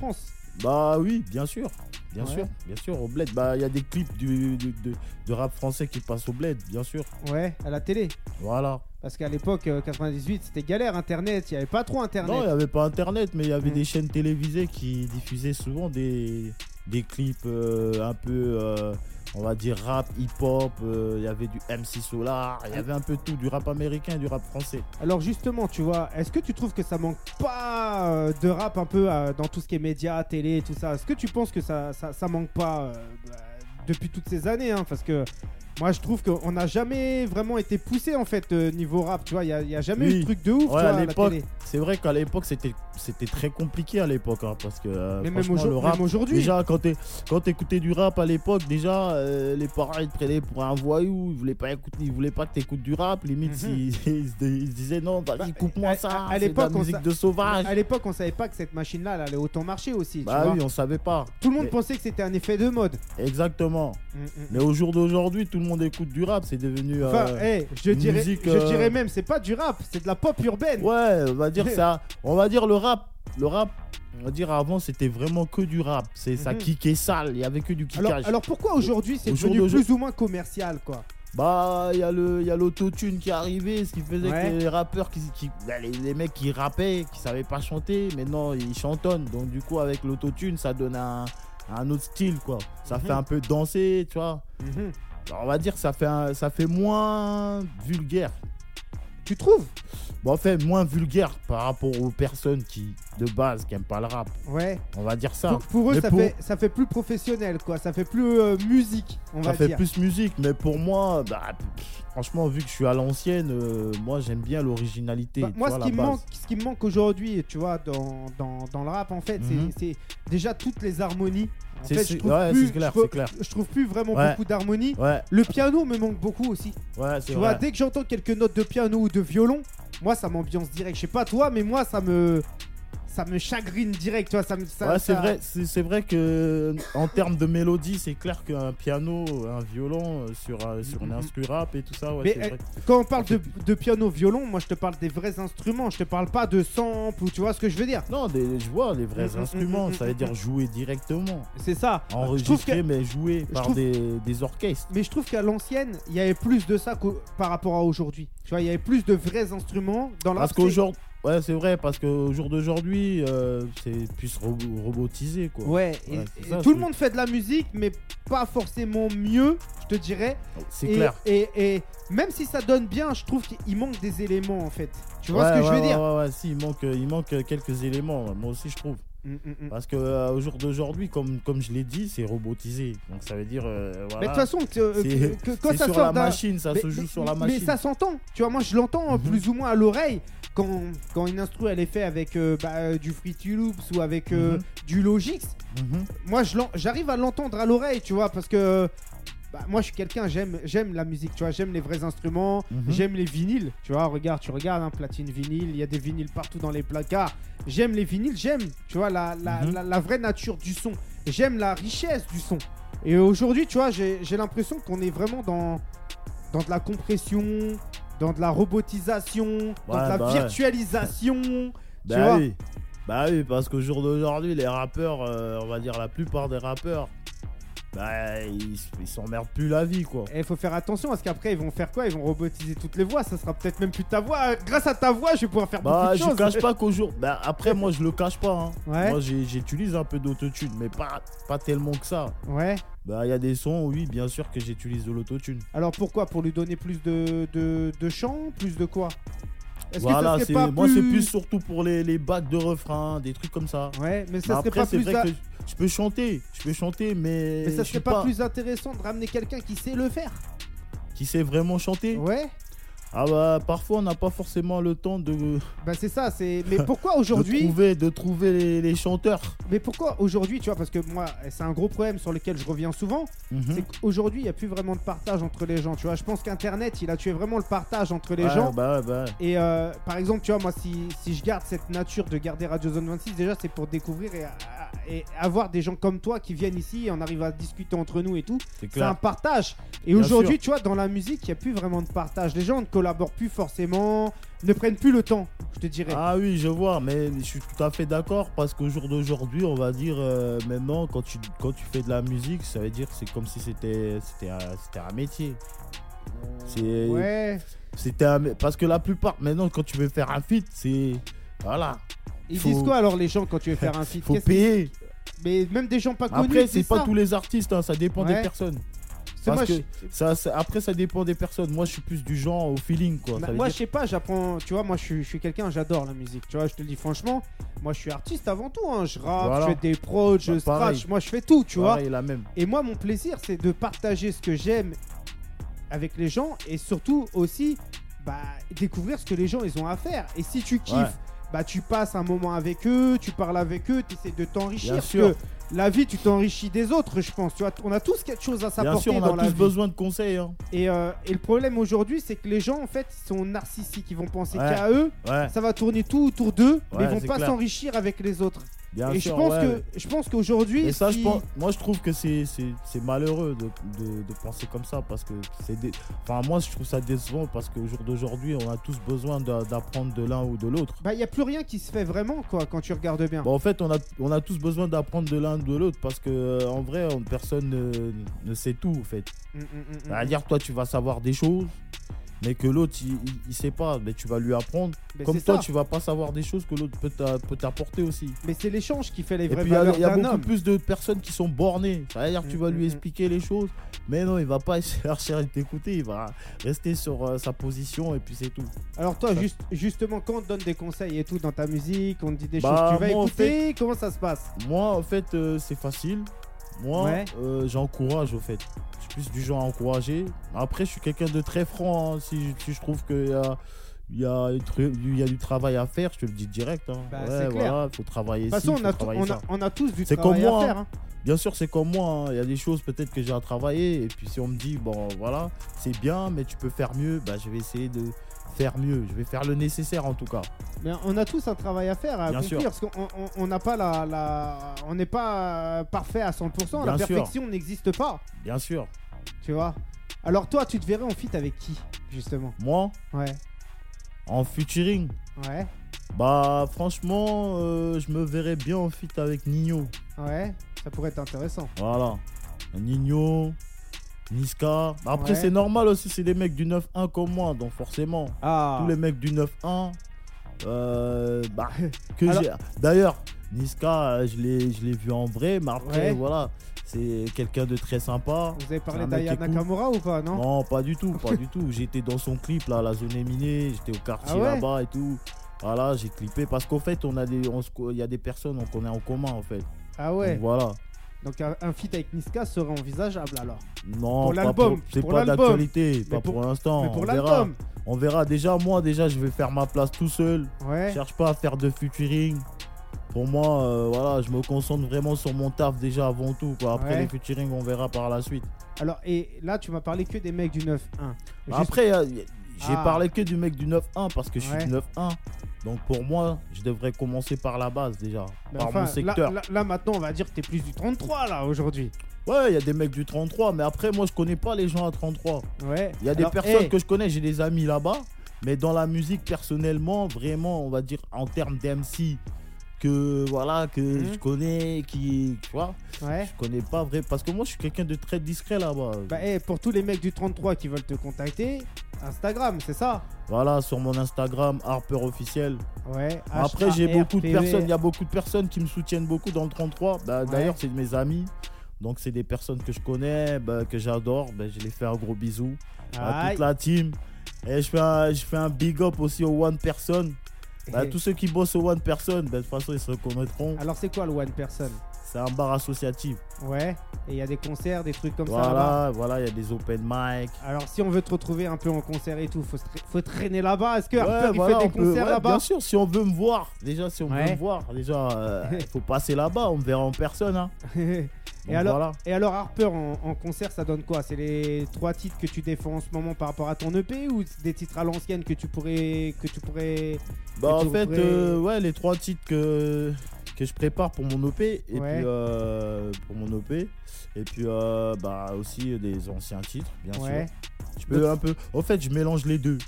Speaker 3: Bah oui, bien sûr. Bien
Speaker 2: Ouais.
Speaker 3: sûr, bien sûr, au bled. Bah, il y a des clips du, du- de, de rap français qui passent au bled, bien sûr.
Speaker 2: Ouais, à la télé.
Speaker 3: Voilà.
Speaker 2: Parce qu'à l'époque, euh, quatre-vingt-dix-huit, c'était galère, Internet. Il n'y avait pas trop Internet.
Speaker 3: Non, il n'y avait pas Internet, mais il y avait
Speaker 2: Mm.
Speaker 3: des chaînes télévisées qui diffusaient souvent des, des clips euh, un peu, euh, on va dire, rap, hip-hop. euh, Il y avait du M C Solar, il y avait un peu tout, du rap américain et du rap français.
Speaker 2: Alors justement, tu vois, est-ce que tu trouves que ça manque pas euh, de rap un peu euh, dans tout ce qui est médias, télé, tout ça? Est-ce que tu penses que ça, ça, ça manque pas euh, bah, depuis toutes ces années, hein? Parce que moi, je trouve qu'on n'a jamais vraiment été poussé en fait euh, niveau rap. Tu vois, il n'y a, y a jamais
Speaker 3: Oui.
Speaker 2: eu de truc de ouf.
Speaker 3: Ouais,
Speaker 2: tu vois,
Speaker 3: à
Speaker 2: à la
Speaker 3: l'époque,
Speaker 2: télé.
Speaker 3: c'est vrai qu'à l'époque, c'était, c'était très compliqué à l'époque, hein, parce que euh,
Speaker 2: Mais même,
Speaker 3: franchement, le
Speaker 2: aujourd-
Speaker 3: rap,
Speaker 2: même aujourd'hui.
Speaker 3: déjà, quand tu quand écoutais du rap à l'époque, déjà, euh, les parents ils te prenaient pour un voyou, ils voulaient pas écouter, ils voulaient pas que tu écoutes du rap. Limite,
Speaker 2: Mhm.
Speaker 3: ils, ils se- ils se disaient non, vas-y,
Speaker 2: Bah,
Speaker 3: coupe-moi
Speaker 2: à-
Speaker 3: ça.
Speaker 2: à- à
Speaker 3: c'est de
Speaker 2: l'époque,
Speaker 3: la
Speaker 2: on
Speaker 3: musique
Speaker 2: sa-
Speaker 3: de sauvage.
Speaker 2: À l'époque, on savait pas que cette machine-là, elle allait autant marcher aussi. tu
Speaker 3: Bah
Speaker 2: vois.
Speaker 3: oui, on savait pas.
Speaker 2: Tout le monde
Speaker 3: Mais-
Speaker 2: pensait que c'était un effet de mode.
Speaker 3: Exactement.
Speaker 2: Mm, mm.
Speaker 3: Mais au jour d'aujourd'hui, tout le monde écoute du rap. C'est devenu.
Speaker 2: Enfin,
Speaker 3: euh,
Speaker 2: hey, je,
Speaker 3: une
Speaker 2: dirais,
Speaker 3: musique,
Speaker 2: je
Speaker 3: euh,
Speaker 2: dirais même, c'est pas du rap, c'est de la pop urbaine.
Speaker 3: Ouais, on va dire ça. On va dire le rap. Le rap, on va dire avant, c'était vraiment que du rap. C'est ça
Speaker 2: Mhm.
Speaker 3: kickait sale. Il y avait que du
Speaker 2: Alors,
Speaker 3: kickage.
Speaker 2: alors pourquoi aujourd'hui c'est
Speaker 3: Au jour
Speaker 2: devenu
Speaker 3: d'aujourd'hui-
Speaker 2: plus ou moins commercial quoi?
Speaker 3: Bah, il y a le, il y a l'autotune qui est arrivé, ce qui faisait
Speaker 2: Ouais.
Speaker 3: que les rappeurs, qui, qui- bah, les, les mecs qui rappaient, qui savaient pas chanter, maintenant ils chantonnent. Donc du coup, avec l'autotune, ça donne un, un autre style, quoi. Ça
Speaker 2: Mhm.
Speaker 3: fait un peu danser, tu vois.
Speaker 2: Mhm.
Speaker 3: Alors, on va dire que ça fait, un- ça fait moins vulgaire.
Speaker 2: Tu trouves?
Speaker 3: Bon, en fait, moins vulgaire par rapport aux personnes qui, de base, qui aiment pas le rap.
Speaker 2: Ouais.
Speaker 3: On va dire ça.
Speaker 2: Pour, pour eux,
Speaker 3: Mais
Speaker 2: ça,
Speaker 3: pour-
Speaker 2: fait, ça fait plus professionnel quoi, ça fait plus euh, musique, on
Speaker 3: Ça
Speaker 2: va
Speaker 3: fait
Speaker 2: dire.
Speaker 3: plus musique, mais pour moi, bah, pff, franchement, vu que je suis à l'ancienne, euh, moi j'aime bien l'originalité.
Speaker 2: Bah,
Speaker 3: tu
Speaker 2: moi,
Speaker 3: vois,
Speaker 2: ce
Speaker 3: la
Speaker 2: qui, me
Speaker 3: base.
Speaker 2: manque, ce qui me manque aujourd'hui, tu vois, dans, dans, dans le rap, en fait, c'est-
Speaker 3: Mhm.
Speaker 2: c'est déjà toutes les harmonies. En
Speaker 3: C'est-
Speaker 2: fait,
Speaker 3: c'est-
Speaker 2: je trouve
Speaker 3: ouais,
Speaker 2: plus,
Speaker 3: c'est clair,
Speaker 2: je,
Speaker 3: c'est clair.
Speaker 2: je trouve plus vraiment
Speaker 3: Ouais.
Speaker 2: beaucoup d'harmonies.
Speaker 3: Ouais,
Speaker 2: Le piano me manque beaucoup aussi.
Speaker 3: ouais, c'est
Speaker 2: Tu vois,
Speaker 3: vrai.
Speaker 2: dès que j'entends quelques notes de piano ou de violon, moi, ça m'ambiance direct. Je sais pas toi, mais moi, ça me, ça me chagrine direct. Tu vois, ça me, ça,
Speaker 3: Ouais, c'est
Speaker 2: ça-
Speaker 3: vrai, c'est c'est vrai que en termes de mélodie, c'est clair qu'un piano, un violon euh, sur, un- sur une
Speaker 2: Mhm.
Speaker 3: instru rap et tout ça, ouais,
Speaker 2: Mais
Speaker 3: c'est
Speaker 2: euh,
Speaker 3: vrai.
Speaker 2: quand on parle
Speaker 3: Ça
Speaker 2: de, de piano, violon, moi, je te parle des vrais instruments. Je te parle pas de sample ou tu vois ce que je veux dire.
Speaker 3: Non, des, je vois les vrais
Speaker 2: Mm, mm,
Speaker 3: instruments,
Speaker 2: mm,
Speaker 3: ça
Speaker 2: mm,
Speaker 3: veut
Speaker 2: mm,
Speaker 3: dire jouer directement.
Speaker 2: C'est ça. Je trouve
Speaker 3: Enregistrer,
Speaker 2: que-
Speaker 3: mais jouer par
Speaker 2: trouve-
Speaker 3: des, des orchestres.
Speaker 2: Mais je trouve qu'à l'ancienne, il y avait plus de ça qu'au- par rapport à aujourd'hui. Tu vois, il y avait plus de vrais instruments dans le
Speaker 3: Parce
Speaker 2: rap. C'est-
Speaker 3: qu'aujourd'hui, ouais, c'est vrai, parce qu'au jour d'aujourd'hui, euh, c'est plus ro- robotisé, quoi.
Speaker 2: Ouais, et,
Speaker 3: Ouais, c'est
Speaker 2: et
Speaker 3: ça,
Speaker 2: tout le
Speaker 3: c'est-
Speaker 2: monde fait de la musique, mais pas forcément mieux, je te dirais.
Speaker 3: C'est
Speaker 2: et,
Speaker 3: clair.
Speaker 2: Et, et même si ça donne bien, je trouve qu'il manque des éléments en fait. Tu vois
Speaker 3: Ouais,
Speaker 2: ce que je
Speaker 3: ouais,
Speaker 2: veux
Speaker 3: ouais,
Speaker 2: dire?
Speaker 3: Ouais, ouais, si, il manque, il manque quelques éléments, moi aussi je trouve.
Speaker 2: Mm, mm, mm.
Speaker 3: Parce que euh, au jour d'aujourd'hui, comme, comme je l'ai dit, c'est robotisé. Donc ça veut dire. euh,
Speaker 2: Mais
Speaker 3: voilà.
Speaker 2: de toute façon, que,
Speaker 3: C'est-
Speaker 2: que- que- quand
Speaker 3: c'est
Speaker 2: ça
Speaker 3: sur
Speaker 2: sort
Speaker 3: la
Speaker 2: d'un-
Speaker 3: machine, ça
Speaker 2: mais,
Speaker 3: se joue
Speaker 2: mais-
Speaker 3: sur la
Speaker 2: mais
Speaker 3: machine.
Speaker 2: ça s'entend, tu vois, moi je l'entends
Speaker 3: Mhm.
Speaker 2: plus ou moins à l'oreille quand, quand une instru elle est faite avec euh, bah, euh, du Fruity Loops ou avec euh,
Speaker 3: Mhm.
Speaker 2: du Logix.
Speaker 3: Mhm.
Speaker 2: Moi je l'en- j'arrive à l'entendre à l'oreille, tu vois, parce que bah, moi je suis quelqu'un, j'aime j'aime la musique, tu vois, j'aime les vrais instruments,
Speaker 3: Mhm.
Speaker 2: j'aime les vinyles, tu vois, regarde, tu regardes, hein, platine vinyle, il y a des vinyles partout dans les placards. J'aime les vinyles, j'aime, tu vois, la, la,
Speaker 3: Mhm.
Speaker 2: la, la vraie nature du son. J'aime la richesse du son. Et aujourd'hui, tu vois, j'ai j'ai l'impression qu'on est vraiment dans, dans de la compression, dans de la robotisation, dans
Speaker 3: Ouais,
Speaker 2: de la
Speaker 3: bah ouais.
Speaker 2: virtualisation. tu
Speaker 3: Bah
Speaker 2: vois.
Speaker 3: oui. Bah oui, parce qu'au jour d'aujourd'hui, les rappeurs, euh, on va dire la plupart des rappeurs, bah ils ils s'emmerdent plus la vie, quoi.
Speaker 2: Et il faut faire attention parce qu'après ils vont faire quoi? Ils vont robotiser toutes les voix. Ça sera peut-être même plus ta voix. Grâce à ta voix, je vais pouvoir faire
Speaker 3: Bah
Speaker 2: beaucoup de
Speaker 3: je
Speaker 2: choses.
Speaker 3: cache pas qu'au jour. Bah après moi je le cache pas. Hein.
Speaker 2: Ouais.
Speaker 3: Moi j'ai- j'utilise un peu d'autotune, mais pas, pas tellement que ça.
Speaker 2: Ouais.
Speaker 3: Bah il y a des sons, oui, bien sûr que j'utilise de l'autotune.
Speaker 2: Alors pourquoi? Pour lui donner plus de, de, de chant? Plus de quoi? Est-ce
Speaker 3: Voilà,
Speaker 2: que ça
Speaker 3: c'est
Speaker 2: serait pas
Speaker 3: moi
Speaker 2: plus...
Speaker 3: c'est plus surtout pour les, les bacs de refrain, des trucs comme ça.
Speaker 2: Ouais, mais ça
Speaker 3: Mais
Speaker 2: serait
Speaker 3: après
Speaker 2: pas
Speaker 3: c'est
Speaker 2: plus...
Speaker 3: vrai
Speaker 2: a-
Speaker 3: que je peux chanter, je peux chanter, mais,
Speaker 2: Mais ça
Speaker 3: je suis
Speaker 2: serait pas, plus intéressant de ramener quelqu'un qui sait le faire?
Speaker 3: qui sait vraiment chanter.
Speaker 2: Ouais.
Speaker 3: Ah bah parfois on n'a pas forcément le temps de,
Speaker 2: Bah c'est ça, c'est... Mais pourquoi
Speaker 3: de
Speaker 2: aujourd'hui...
Speaker 3: trouver, de trouver les, les chanteurs.
Speaker 2: Mais pourquoi aujourd'hui, tu vois, parce que moi, c'est un gros problème sur lequel je reviens souvent,
Speaker 3: Mhm.
Speaker 2: c'est qu'aujourd'hui, il n'y a plus vraiment de partage entre les gens, tu vois. Je pense qu'Internet, il a tué vraiment le partage entre les
Speaker 3: Ouais,
Speaker 2: gens.
Speaker 3: Bah ouais, bah ouais.
Speaker 2: Et euh, par exemple, tu vois, moi, si, si je garde cette nature de garder Radio Zone vingt-six, déjà, c'est pour découvrir et, et avoir des gens comme toi qui viennent ici et on arrive à discuter entre nous et tout.
Speaker 3: C'est
Speaker 2: C'est un
Speaker 3: clair.
Speaker 2: partage. Et
Speaker 3: Bien
Speaker 2: aujourd'hui,
Speaker 3: sûr.
Speaker 2: tu vois, dans la musique, il n'y a plus vraiment de partage. Les gens ne collaborent plus forcément, ne prennent plus le temps, je te dirais.
Speaker 3: Ah oui, je vois, mais je suis tout à fait d'accord parce qu'au jour d'aujourd'hui, on va dire euh, maintenant, quand tu, quand tu fais de la musique, ça veut dire que c'est comme si c'était, c'était, un, c'était un métier. C'est,
Speaker 2: Ouais.
Speaker 3: c'était un, parce que la plupart, maintenant, quand tu veux faire un feat, c'est. Voilà.
Speaker 2: Ils
Speaker 3: Faut-
Speaker 2: disent quoi alors les gens quand tu veux faire un feat?
Speaker 3: Faut
Speaker 2: Qu'est-ce qu'ils-
Speaker 3: payer.
Speaker 2: Mais même des gens pas connus.
Speaker 3: Après,
Speaker 2: ils
Speaker 3: c'est
Speaker 2: disent
Speaker 3: pas
Speaker 2: ça.
Speaker 3: tous les artistes, hein, ça dépend
Speaker 2: Ouais.
Speaker 3: des personnes.
Speaker 2: C'est
Speaker 3: Parce
Speaker 2: moi,
Speaker 3: que
Speaker 2: je-
Speaker 3: ça, ça- après, ça dépend des personnes. Moi, je suis plus du genre au feeling, quoi.
Speaker 2: Bah,
Speaker 3: Ça veut
Speaker 2: moi,
Speaker 3: dire-
Speaker 2: je sais pas, j'apprends. Tu vois, moi, je suis, je suis quelqu'un, j'adore la musique. Tu vois, je te le dis franchement. Moi, je suis artiste avant tout. Hein. Je rappe,
Speaker 3: Voilà.
Speaker 2: je fais des prods, je
Speaker 3: Bah, pareil.
Speaker 2: scratch. Moi, je fais tout, tu vois.
Speaker 3: Pareil, la même.
Speaker 2: Et moi, mon plaisir, c'est de partager ce que j'aime avec les gens et surtout aussi bah, découvrir ce que les gens ils ont à faire. Et si tu kiffes,
Speaker 3: Ouais.
Speaker 2: bah, tu passes un moment avec eux, tu parles avec eux, tu essaies de t'enrichir.
Speaker 3: Bien
Speaker 2: Parce
Speaker 3: sûr.
Speaker 2: que la vie, tu t'enrichis des autres, je pense. Tu vois, on a tous quelque chose à
Speaker 3: Bien
Speaker 2: s'apporter
Speaker 3: sûr, on
Speaker 2: dans
Speaker 3: a
Speaker 2: la
Speaker 3: tous
Speaker 2: vie.
Speaker 3: besoin de conseils. Hein.
Speaker 2: Et, euh, et le problème aujourd'hui, c'est que les gens, en fait, ils sont narcissiques. Ils vont penser
Speaker 3: Ouais.
Speaker 2: qu'à eux.
Speaker 3: Ouais,
Speaker 2: Ça va tourner tout autour d'eux, mais
Speaker 3: Ouais,
Speaker 2: ils vont
Speaker 3: c'est
Speaker 2: pas
Speaker 3: clair.
Speaker 2: s'enrichir avec les autres.
Speaker 3: bien
Speaker 2: et
Speaker 3: sûr.
Speaker 2: je pense
Speaker 3: ouais.
Speaker 2: que je pense qu'aujourd'hui,
Speaker 3: Et ça,
Speaker 2: si-
Speaker 3: je pense, moi, je trouve que c'est, c'est, c'est malheureux de, de, de penser comme ça parce que c'est des... Enfin, moi, je trouve ça décevant parce qu'au jour d'aujourd'hui, on a tous besoin d'a- d'apprendre de l'un ou de l'autre.
Speaker 2: bah, il y a plus rien qui se fait vraiment, quoi, quand tu regardes bien.
Speaker 3: Bon, en fait, on a, on a tous besoin d'apprendre de l'un ou de l'autre parce que euh, en vrai, on- personne ne, ne sait tout, en fait.
Speaker 2: Mm, mm, mm, mm.
Speaker 3: C'est-à-dire, toi, tu vas savoir des choses, mais que l'autre, il, il, il sait pas, mais tu vas lui apprendre.
Speaker 2: Mais
Speaker 3: Comme
Speaker 2: c'est
Speaker 3: toi,
Speaker 2: ça.
Speaker 3: tu vas pas savoir des choses que l'autre peut t'a- peut t'apporter aussi.
Speaker 2: Mais c'est l'échange qui fait les
Speaker 3: Et
Speaker 2: vraies
Speaker 3: puis il y a,
Speaker 2: valeurs
Speaker 3: il y a
Speaker 2: d'un
Speaker 3: beaucoup
Speaker 2: homme.
Speaker 3: plus de personnes qui sont bornées. C'est-à-dire que tu
Speaker 2: Mm,
Speaker 3: vas
Speaker 2: mm,
Speaker 3: lui
Speaker 2: mm.
Speaker 3: expliquer les choses, mais non, il va pas chercher à t'écouter. Il va rester sur euh, sa position et puis c'est tout.
Speaker 2: Alors toi,
Speaker 3: Ça-
Speaker 2: juste, justement, quand on te donne des conseils et tout dans ta musique, on te dit des
Speaker 3: Bah,
Speaker 2: choses, tu vas
Speaker 3: moi, en
Speaker 2: écouter, comment ça se passe?
Speaker 3: Moi, en fait, euh, c'est facile. Moi,
Speaker 2: Ouais.
Speaker 3: euh, j'encourage, au fait. Je suis plus du genre à encourager. Après, je suis quelqu'un de très franc. hein. Si, si je trouve qu'il y a, il y, a, il y a du travail à faire, je te le dis direct. hein.
Speaker 2: Bah,
Speaker 3: ouais,
Speaker 2: c'est clair.
Speaker 3: voilà, il faut travailler
Speaker 2: De toute
Speaker 3: ici,
Speaker 2: façon,
Speaker 3: il
Speaker 2: on
Speaker 3: faut
Speaker 2: a, tout-
Speaker 3: travailler
Speaker 2: on,
Speaker 3: ça.
Speaker 2: a, on a tous du
Speaker 3: C'est
Speaker 2: travail
Speaker 3: comme moi,
Speaker 2: à faire. hein.
Speaker 3: Bien sûr, c'est comme moi. hein. Il y a des choses peut-être que j'ai à travailler. Et puis si on me dit, bon, voilà, c'est bien, mais tu peux faire mieux, bah, je vais essayer de faire mieux. Je vais faire le nécessaire en tout cas.
Speaker 2: Mais on a tous un travail à faire, à
Speaker 3: Bien
Speaker 2: accomplir,
Speaker 3: sûr.
Speaker 2: parce qu'on on- on n'a pas la, la- on n'est pas euh, parfait à cent pour cent. La
Speaker 3: Bien sûr.
Speaker 2: perfection n'existe pas,
Speaker 3: Bien sûr.
Speaker 2: tu vois. Alors toi, tu te verrais en feat avec qui, justement?
Speaker 3: Moi,
Speaker 2: Ouais,
Speaker 3: en featuring,
Speaker 2: ouais,
Speaker 3: bah franchement, euh, je me verrais bien en feat avec Nino.
Speaker 2: ouais. Ça pourrait être intéressant.
Speaker 3: Voilà. Nino, Niska. Après,
Speaker 2: Ouais.
Speaker 3: c'est normal aussi, c'est des mecs du neuf un comme moi, donc forcément.
Speaker 2: Ah.
Speaker 3: Tous les mecs du neuf un. Euh, bah, que
Speaker 2: Alors-
Speaker 3: j'ai. D'ailleurs, Niska, euh, je l'ai, je l'ai vu en vrai, mais après,
Speaker 2: Ouais.
Speaker 3: voilà, c'est quelqu'un de très sympa.
Speaker 2: Vous avez parlé
Speaker 3: C'est un mec
Speaker 2: d'Aya
Speaker 3: qui est cool.
Speaker 2: Nakamura ou pas, non?
Speaker 3: Non, pas du tout, pas du tout. J'étais dans son clip là, la zone est minée, j'étais au quartier
Speaker 2: Ah ouais
Speaker 3: là-bas et tout. Voilà, j'ai clippé parce qu'en fait, on a des, on se co- il y a des personnes qu'on connaît en commun en fait.
Speaker 2: Ah ouais.
Speaker 3: Donc, voilà.
Speaker 2: Donc un, un feat avec Niska serait envisageable alors.
Speaker 3: Non,
Speaker 2: Pour
Speaker 3: pas
Speaker 2: l'album,
Speaker 3: pour- c'est
Speaker 2: pour
Speaker 3: pas
Speaker 2: l'album.
Speaker 3: d'actualité, pas
Speaker 2: Mais pour-
Speaker 3: pour, l'instant.
Speaker 2: Mais pour
Speaker 3: on verra.
Speaker 2: l'album.
Speaker 3: On verra. Déjà, moi, déjà, je vais faire ma place tout seul. Je
Speaker 2: Ouais.
Speaker 3: cherche pas à faire de featuring. Pour moi, euh, voilà, je me concentre vraiment sur mon taf déjà avant tout. Quoi. Après
Speaker 2: Ouais.
Speaker 3: les featuring, on verra par la suite.
Speaker 2: Alors et là, tu m'as parlé que des mecs du neuf un. Juste-
Speaker 3: Après, euh, y- j'ai
Speaker 2: Ah.
Speaker 3: parlé que du mec du neuf un parce que je suis
Speaker 2: Ouais.
Speaker 3: du neuf un. Donc pour moi, je devrais commencer par la base déjà,
Speaker 2: Mais
Speaker 3: par
Speaker 2: enfin,
Speaker 3: mon
Speaker 2: là,
Speaker 3: secteur.
Speaker 2: là, là, maintenant, on va dire que t'es plus du trente-trois là aujourd'hui.
Speaker 3: Ouais, il y a des mecs du trente-trois, mais après, moi, je connais pas les gens à trente-trois.
Speaker 2: Ouais.
Speaker 3: Il y a des
Speaker 2: Alors,
Speaker 3: personnes
Speaker 2: hey,
Speaker 3: que je connais, j'ai des amis là-bas, mais dans la musique, personnellement, vraiment, on va dire en termes d'M C, que voilà, que
Speaker 2: Mhm.
Speaker 3: je connais, qui, tu vois,
Speaker 2: Ouais.
Speaker 3: je connais pas vrai, parce que moi, je suis quelqu'un de très discret là-bas.
Speaker 2: Bah, hey, pour tous les mecs du trente-trois qui veulent te contacter, Instagram, c'est ça?
Speaker 3: Voilà, sur mon Instagram, Harper officiel.
Speaker 2: Ouais.
Speaker 3: Après, j'ai beaucoup de
Speaker 2: H A R P E.
Speaker 3: personnes, il y a beaucoup de personnes qui me soutiennent beaucoup dans le trente-trois. Bah,
Speaker 2: Ouais.
Speaker 3: D'ailleurs, c'est de mes amis. Donc, c'est des personnes que je connais, bah, que j'adore. Bah, je les fais un gros bisou à
Speaker 2: Aïe.
Speaker 3: toute la team. Et je fais un, je fais un big up aussi au One Person. Bah,
Speaker 2: Et-
Speaker 3: tous ceux qui bossent au One Person, bah, de toute façon, ils se reconnaîtront.
Speaker 2: Alors, c'est quoi le One Person?
Speaker 3: C'est un bar associatif.
Speaker 2: Ouais. Et il y a des concerts, des trucs comme ça là-bas.
Speaker 3: Voilà, voilà, il y a des open mic.
Speaker 2: Alors, si on veut te retrouver un peu en concert et tout, faut, se tra- faut traîner là-bas. Est-ce que
Speaker 3: Ouais,
Speaker 2: Harper, il
Speaker 3: voilà,
Speaker 2: fait
Speaker 3: on
Speaker 2: des
Speaker 3: peut-
Speaker 2: concerts
Speaker 3: ouais,
Speaker 2: là-bas?
Speaker 3: Bien sûr, si on veut me voir, déjà, si on
Speaker 2: Ouais.
Speaker 3: veut me voir, déjà, euh, il faut passer là-bas, on me verra en personne. Hein.
Speaker 2: Et
Speaker 3: Donc,
Speaker 2: alors,
Speaker 3: voilà.
Speaker 2: et alors Harper en, en concert, ça donne quoi? C'est les trois titres que tu défends en ce moment par rapport à ton E P ou c'est des titres à l'ancienne que tu pourrais que tu pourrais
Speaker 3: Bah,
Speaker 2: que tu
Speaker 3: en fait,
Speaker 2: pourrais-
Speaker 3: euh, ouais, les trois titres que, que je prépare pour mon O P, et
Speaker 2: Ouais.
Speaker 3: puis euh, pour mon O P, et puis euh, bah aussi des anciens titres, bien
Speaker 2: Ouais.
Speaker 3: sûr. Je peux un peu. En fait, je mélange les deux.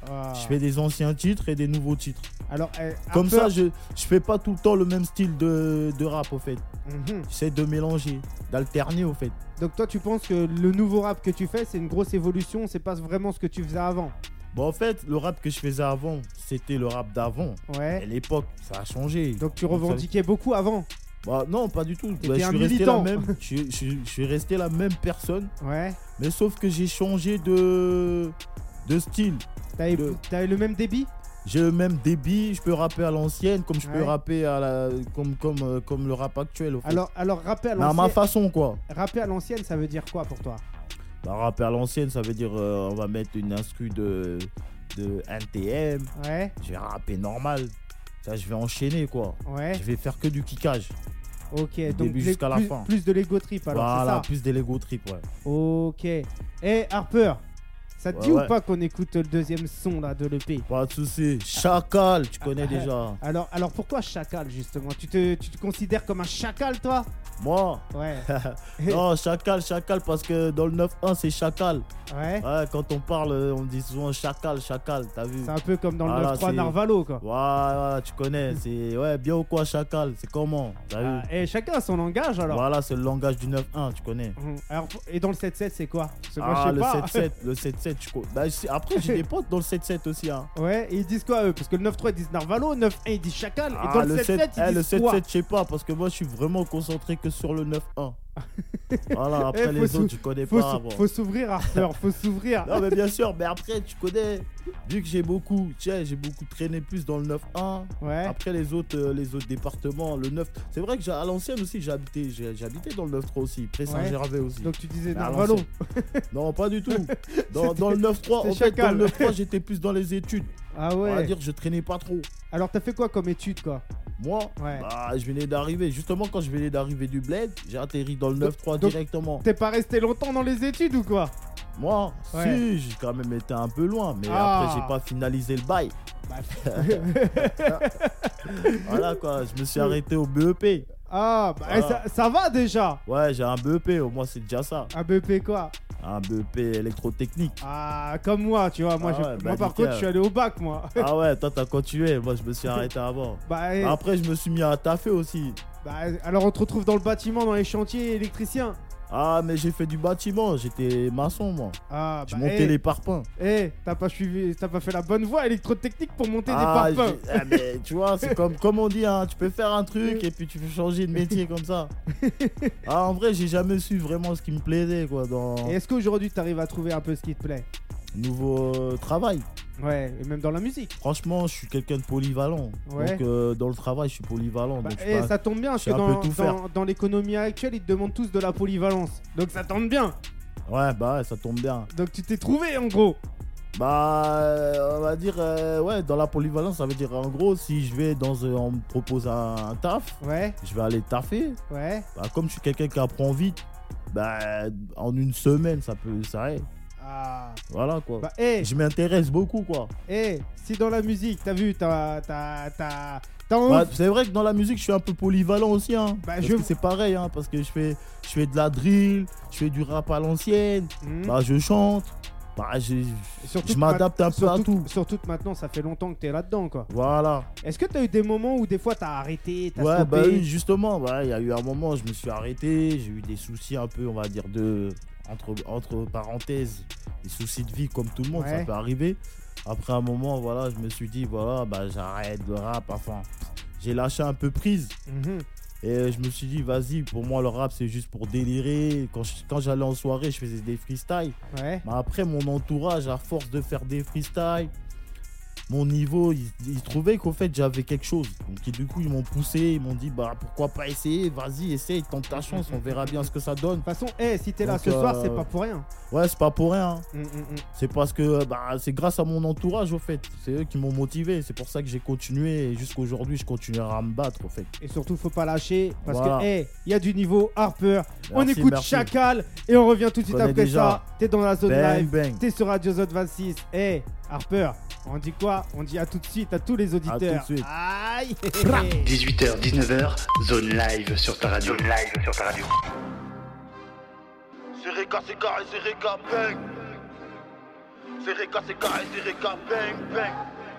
Speaker 2: Ah.
Speaker 3: Je fais des anciens titres et des nouveaux titres.
Speaker 2: Alors, eh,
Speaker 3: Comme
Speaker 2: Harper-
Speaker 3: ça, je, je fais pas tout le temps le même style de, de rap, au fait.
Speaker 2: Mhm.
Speaker 3: J'essaie de mélanger, d'alterner, au fait.
Speaker 2: Donc toi, tu penses que le nouveau rap que tu fais, c'est une grosse évolution, c'est pas vraiment ce que tu faisais avant?
Speaker 3: Bon, en fait, le rap que je faisais avant, c'était le rap d'avant. À
Speaker 2: Ouais.
Speaker 3: l'époque, ça a changé.
Speaker 2: Donc tu
Speaker 3: ça-
Speaker 2: revendiquais beaucoup avant?
Speaker 3: Bah, non, pas du tout.
Speaker 2: T'étais
Speaker 3: Bah, je
Speaker 2: un
Speaker 3: suis resté
Speaker 2: militant.
Speaker 3: la même. Je, je- je suis resté la même personne,
Speaker 2: Ouais.
Speaker 3: mais sauf que j'ai changé de, de style.
Speaker 2: T'avais
Speaker 3: Le-
Speaker 2: t'avais le même débit?
Speaker 3: J'ai le même débit, je peux rapper à l'ancienne, comme je peux
Speaker 2: Ouais.
Speaker 3: rapper à la, comme, comme, euh, comme le rap actuel. Au fait.
Speaker 2: Alors, alors rapper à
Speaker 3: Mais à ma
Speaker 2: l'ancienne,
Speaker 3: façon, quoi.
Speaker 2: rapper à l'ancienne, ça veut dire quoi pour toi?
Speaker 3: Bah, rapper à l'ancienne, ça veut dire euh, on va mettre une instru de, de N T M.
Speaker 2: Ouais,
Speaker 3: Je vais rapper normal. Ça, je vais enchaîner, quoi.
Speaker 2: ouais.
Speaker 3: Je vais faire que du kickage.
Speaker 2: Ok,
Speaker 3: Du
Speaker 2: donc
Speaker 3: début
Speaker 2: les-
Speaker 3: jusqu'à la
Speaker 2: plus,
Speaker 3: fin.
Speaker 2: plus de l'ego trip alors,
Speaker 3: Voilà,
Speaker 2: c'est
Speaker 3: plus des Lego trip, ouais.
Speaker 2: ça? Ok. Eh Harper, ça te
Speaker 3: Ouais,
Speaker 2: dit
Speaker 3: ouais.
Speaker 2: ou pas qu'on écoute le deuxième son là de l'E P?
Speaker 3: Pas de soucis. Chacal, tu connais déjà.
Speaker 2: Alors, alors pourquoi chacal justement? Tu te, tu te considères comme un chacal toi?
Speaker 3: Moi,
Speaker 2: Ouais.
Speaker 3: non, chacal, chacal, parce que dans le neuf un, c'est chacal.
Speaker 2: Ouais.
Speaker 3: Ouais, quand on parle, on dit souvent chacal, chacal, t'as vu?
Speaker 2: C'est un peu comme dans le
Speaker 3: Voilà,
Speaker 2: neuf trois
Speaker 3: c'est-
Speaker 2: Narvalo quoi.
Speaker 3: Voilà, voilà, tu connais. C'est ouais, bien ou quoi, chacal? C'est comment? T'as vu?
Speaker 2: Ah, et chacun a son langage alors.
Speaker 3: Voilà, c'est le langage du neuf un, tu connais.
Speaker 2: Mhm. Alors, et dans le sept sept, c'est quoi? Parce que moi,
Speaker 3: Ah,
Speaker 2: je sais
Speaker 3: le
Speaker 2: pas.
Speaker 3: sept sept, le sept sept, tu connais. Bah, c'est- après, j'ai des potes dans le sept sept aussi, hein.
Speaker 2: Ouais, et ils disent quoi eux? Parce que le neuf trois ils disent Narvalo, neuf un ils disent chacal, et
Speaker 3: Ah,
Speaker 2: dans le,
Speaker 3: le
Speaker 2: sept sept ils
Speaker 3: eh, le
Speaker 2: disent
Speaker 3: sept
Speaker 2: quoi?
Speaker 3: sept, je sais pas, parce que moi, je suis vraiment concentré que sur le neuf un. Voilà, après
Speaker 2: Eh, faut
Speaker 3: les
Speaker 2: sou-
Speaker 3: autres, je connais
Speaker 2: Faut,
Speaker 3: pas.
Speaker 2: s'ou-
Speaker 3: bon.
Speaker 2: faut s'ouvrir Arthur, faut s'ouvrir.
Speaker 3: Non, mais bien sûr, mais après, tu connais, vu que j'ai beaucoup, tiens, j'ai beaucoup traîné plus dans le neuf un.
Speaker 2: Ouais.
Speaker 3: Après les autres, euh, les autres départements, le neuf. C'est vrai que j'ai- à l'ancienne aussi, j'ai habité, j'ai j'ai habité dans le neuf trois aussi, près Saint-Gervais aussi.
Speaker 2: Donc tu disais
Speaker 3: Mais à
Speaker 2: Narvalo.
Speaker 3: l'ancienne. Non, pas du tout. Dans, dans le neuf trois,
Speaker 2: C'est
Speaker 3: en fait, dans
Speaker 2: chacal.
Speaker 3: le neuf trois, j'étais plus dans les études.
Speaker 2: Ah
Speaker 3: On va
Speaker 2: ouais.
Speaker 3: dire que je traînais pas trop.
Speaker 2: Alors t'as fait quoi comme étude quoi?
Speaker 3: Moi,
Speaker 2: Ouais.
Speaker 3: bah, je venais d'arriver. Justement, quand je venais d'arriver du bled, j'ai atterri dans le neuf trois
Speaker 2: donc-
Speaker 3: directement.
Speaker 2: T'es pas resté longtemps dans les études ou quoi?
Speaker 3: Moi,
Speaker 2: Ouais.
Speaker 3: si, j'ai quand même été un peu loin, mais
Speaker 2: Ah.
Speaker 3: après, j'ai pas finalisé le bail.
Speaker 2: Bah,
Speaker 3: Voilà quoi, je me suis arrêté au B E P.
Speaker 2: Ah, bah eh,
Speaker 3: Voilà.
Speaker 2: ça, ça va déjà.
Speaker 3: Ouais, j'ai un B E P, au moins c'est déjà ça.
Speaker 2: Un B E P quoi?
Speaker 3: Un B E P électrotechnique.
Speaker 2: Ah, comme moi, tu vois. Moi,
Speaker 3: Ah
Speaker 2: je-
Speaker 3: ouais, bah
Speaker 2: moi par
Speaker 3: nickel.
Speaker 2: contre, je suis allé au bac, moi.
Speaker 3: Ah ouais, toi t'as continué, moi je me suis arrêté avant.
Speaker 2: Bah, eh,
Speaker 3: Après, je me suis mis à taffer aussi.
Speaker 2: bah, alors on te retrouve dans le bâtiment, dans les chantiers électriciens.
Speaker 3: Ah, mais j'ai fait du bâtiment, j'étais maçon moi.
Speaker 2: Ah,
Speaker 3: Je
Speaker 2: bah,
Speaker 3: montais
Speaker 2: eh,
Speaker 3: les parpaings.
Speaker 2: eh, t'as pas suivi, t'as pas fait la bonne voie électrotechnique pour monter
Speaker 3: Ah,
Speaker 2: des parpaings.
Speaker 3: j'ai- ah, mais tu vois, c'est comme, comme on dit, hein, tu peux faire un truc et puis tu peux changer de métier comme ça. Ah, en vrai, j'ai jamais su vraiment ce qui me plaisait quoi dans
Speaker 2: Et est-ce qu'aujourd'hui, t'arrives à trouver un peu ce qui te plaît?
Speaker 3: nouveau euh, travail.
Speaker 2: Ouais, et même dans la musique.
Speaker 3: Franchement, je suis quelqu'un de polyvalent.
Speaker 2: Ouais.
Speaker 3: Donc, euh, dans le travail, je suis polyvalent.
Speaker 2: Bah,
Speaker 3: donc, je
Speaker 2: eh,
Speaker 3: peux-
Speaker 2: ça tombe bien, parce
Speaker 3: je
Speaker 2: que
Speaker 3: sais un
Speaker 2: dans,
Speaker 3: peu tout faire.
Speaker 2: dans, dans l'économie actuelle, ils te demandent tous de la polyvalence. Donc ça tombe bien.
Speaker 3: Ouais, bah ouais, ça tombe bien.
Speaker 2: Donc tu t'es trouvé en gros.
Speaker 3: Bah, euh, on va dire, euh, ouais, dans la polyvalence, ça veut dire en gros, si je vais dans, euh, on me propose un, un taf,
Speaker 2: Ouais,
Speaker 3: je vais aller taffer.
Speaker 2: ouais.
Speaker 3: Bah, comme je suis quelqu'un qui apprend vite, bah, en une semaine, ça peut s'arrêter.
Speaker 2: Ah.
Speaker 3: Voilà quoi.
Speaker 2: Bah, eh,
Speaker 3: Je m'intéresse beaucoup quoi.
Speaker 2: eh, si dans la musique, t'as vu, t'as, t'as, t'as, t'as envie-
Speaker 3: Bah, c'est vrai que dans la musique, je suis un peu polyvalent aussi. Hein,
Speaker 2: Bah,
Speaker 3: parce
Speaker 2: je-
Speaker 3: que c'est pareil, hein, parce que je fais, je fais de la drill, je fais du rap à l'ancienne,
Speaker 2: Hmm.
Speaker 3: bah, je chante. Bah, j'ai-
Speaker 2: Surtout
Speaker 3: je
Speaker 2: que
Speaker 3: m'adapte un peu à
Speaker 2: surtout,
Speaker 3: tout.
Speaker 2: Surtout que maintenant, ça fait longtemps que t'es là-dedans, quoi.
Speaker 3: Voilà.
Speaker 2: Est-ce que t'as eu des moments où des fois t'as arrêté, t'as
Speaker 3: Ouais,
Speaker 2: stoppé?
Speaker 3: bah oui, justement, bah, il y a eu un moment, je me suis arrêté, j'ai eu des soucis un peu, on va dire, de. Entre, entre parenthèses, des soucis de vie comme tout le monde,
Speaker 2: Ouais.
Speaker 3: ça peut arriver. Après un moment, voilà, je me suis dit, voilà, bah, j'arrête le rap, enfin, j'ai lâché un peu prise.
Speaker 2: Mhm.
Speaker 3: Et je me suis dit, vas-y, pour moi, le rap, c'est juste pour délirer. Quand, je- quand j'allais en soirée, je faisais des freestyles.
Speaker 2: Ouais.
Speaker 3: Mais après, mon entourage, à force de faire des freestyles, mon niveau, ils, ils trouvaient qu'au fait, j'avais quelque chose. Donc, et du coup, ils m'ont poussé, ils m'ont dit, bah, pourquoi pas essayer, vas-y, essaye, tente ta chance, on verra bien ce que ça donne.
Speaker 2: De toute façon, eh, si t'es là
Speaker 3: Donc,
Speaker 2: ce soir,
Speaker 3: euh,
Speaker 2: c'est pas pour rien.
Speaker 3: Ouais, c'est pas pour rien. hein.
Speaker 2: Mm, mm, mm.
Speaker 3: C'est parce que bah, c'est grâce à mon entourage, au fait. C'est eux qui m'ont motivé. C'est pour ça que j'ai continué. Et jusqu'aujourd'hui, je continuerai à me battre, au fait.
Speaker 2: Et surtout, faut pas lâcher parce
Speaker 3: Voilà.
Speaker 2: que, eh, il y a du niveau. Harper, on
Speaker 3: Merci,
Speaker 2: écoute
Speaker 3: merci.
Speaker 2: Chacal et on revient tout de suite
Speaker 3: connais
Speaker 2: après
Speaker 3: déjà.
Speaker 2: ça. T'es dans la zone
Speaker 3: Bang,
Speaker 2: live,
Speaker 3: bang.
Speaker 2: t'es sur Radio Zone vingt-six. Eh, Harper, on dit quoi? On dit à tout de suite à tous les auditeurs.
Speaker 3: suite.
Speaker 2: Aïe.
Speaker 1: dix-huit heures dix-neuf heures, zone live sur ta radio. Zone live sur ta radio.
Speaker 4: C'est Reka, c'est carré, c'est Reka, bang. C'est Reka, c'est K, c'est Reka, bang, bang.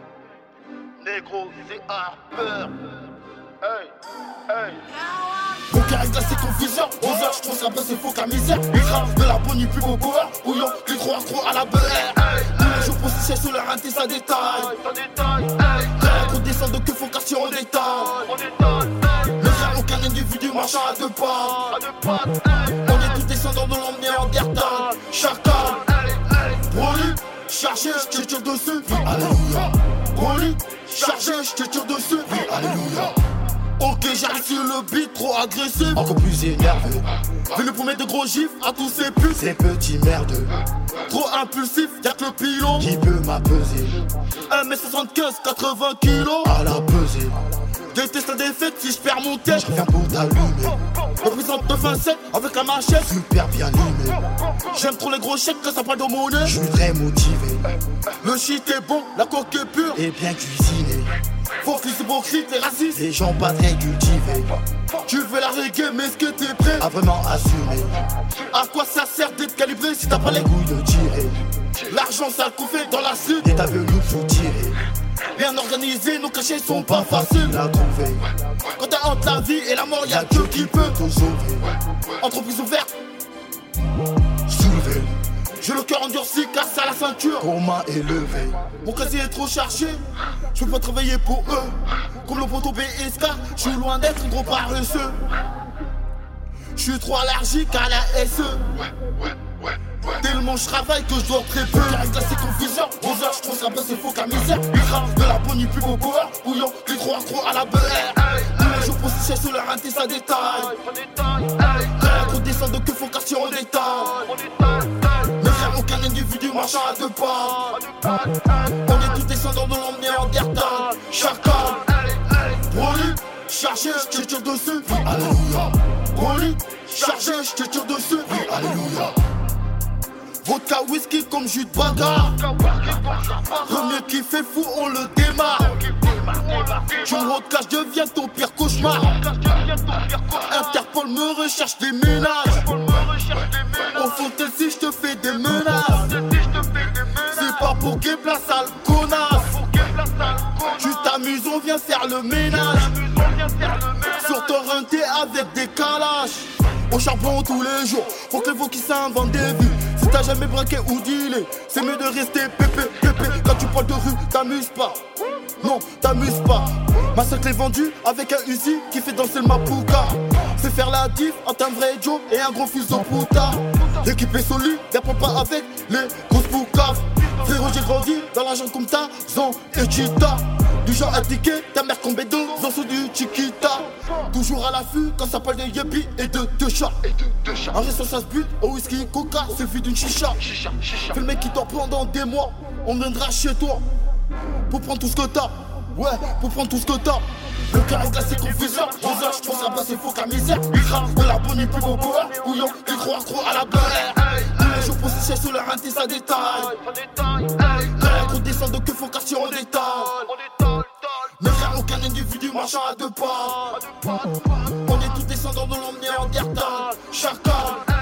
Speaker 4: Négro, c'est Harper. Hey, hey.
Speaker 3: Mon carré glacé confuseur, onze heures, je trouve ça passe, c'est faux qu'à misère. Les graves de la bonne, plus beau power. Bouillon, les trois trop à la beurre. Tous les jours pour sécher sur leur inté, ça détaille.
Speaker 4: Ça détaille,
Speaker 3: Quand on descend, donc il faut quartier, on détaille.
Speaker 4: on détaille,
Speaker 3: Le frère, aucun individu marchant à deux pas.
Speaker 4: à deux pattes,
Speaker 3: On est tous descendants de l'emmener en guerre. Chacal, Broly, chargé, je te tire dessus. Oui, alléluia. Broly, chargé, je te tire dessus. Oui, alléluia. Ok, j'arrive sur le beat, trop agressif. Encore plus énervé. Venu pour mettre de gros gifs à tous ces putes. Ces petits merdeux. Trop impulsif, y'a que le pilon qui peut m'appeser. un mètre soixante-quinze, quatre-vingts kilos. À la pesée. Déteste la défaite si je perds mon tête. Je reviens pour t'allumer. Représente neuf un sept avec la machette. Super bien limé. J'aime trop les gros chèques quand ça parle de monnaie. Je suis très motivé. Le shit est bon, la coque est pure et bien cuisinée. Faut que les hypocrites, les racistes, les gens pas très cultivés. Tu veux la reggae, mais est-ce que t'es prêt à vraiment assumer? À quoi ça sert d'être calibré si t'as pas les couilles de tirer? L'argent ça le fait dans la suite et t'as vu nous sous-tirer. Bien organisé, nos cachets sont pas faciles à trouver. Quand t'as entre la vie et la mort, y'a Dieu qui peut te sauver. Entreprise ouverte, soulevé. J'ai le cœur endurci, casse à la ceinture. Coma élevé. Mon casier est trop chargé, je peux pas travailler pour eux. Comme le poteau B S K, je suis loin d'être un gros paresseux. Je suis trop allergique à la S E. Tellement je travaille que je dors très peu. Reste là c'est confuseur, onze heures je trouve ça passe, c'est faux qu'à misère. Les graves de la bonne, plus beau power. Bouillon, les trois trop à la beurre. Tous les jours pour sécher sur leur inté, ça détaille.
Speaker 4: on détaille,
Speaker 3: Quand on descend, donc il faut quartier, on détaille.
Speaker 4: on détaille,
Speaker 3: Mais frère, aucun individu marchant à deux pas.
Speaker 4: à deux pattes,
Speaker 3: On est tous descendants de l'emmener en guerre. Chacal, Broly, chargé, je te tire dessus. Oui, alléluia. Broly, chargé, je te tire dessus. Oui, alléluia. Vodka whisky comme jus de bagarre. Premier qui fait fou, on le démarre. Tu me vodka, je deviens ton pire cauchemar. Interpol me recherche des ménages. Au fond tel si je te fais des menaces. C'est pas pour qu'il place à le connasse. Tu t'amuses, on vient faire le ménage. Sur Torrenté avec des calages. Au charbon tous les jours, faut que les veaux qui s'inventent des vues. Si t'as jamais braqué ou dealé, c'est mieux de rester pépé, pépé. Quand tu parles de rue, t'amuses pas. Non, t'amuses pas. Ma soeur est vendue avec un Uzi qui fait danser le Mapuka. C'est faire la diff entre un vrai Joe et un gros fils de puta. L'équipe est solide, y'a pas avec les grosses poucaves. Frérot, j'ai grandi dans la jungle comme Tarzan et Cheetah. Du genre indiqué, ta mère comme Bédo, dans sous du Chiquita. Toujours à l'affût quand ça parle de yépi et de deux chats. Un resto ça se bute, au whisky, coca, c'est vu d'une chicha. Fais le mec qui dort pendant des mois, on viendra chez toi. Pour prendre tout ce que t'as, ouais, pour prendre tout ce que t'as. Le carré glacé confuseur, onze heures, je trouve ça passe, c'est faux qu'à misère. Les graves de la bonne, plus beau power. Bouillon, les croire trop à la beurre. Tous les jours pour sécher sur leur inté, ça détaille.
Speaker 4: on détaille,
Speaker 3: Quand on descend, donc il faut quartier, on détaille.
Speaker 4: on détaille,
Speaker 3: Mais frère, aucun individu marchant à deux pas.
Speaker 4: à deux pattes,
Speaker 3: On est tous descendants de l'emmener en guerre. Chacal,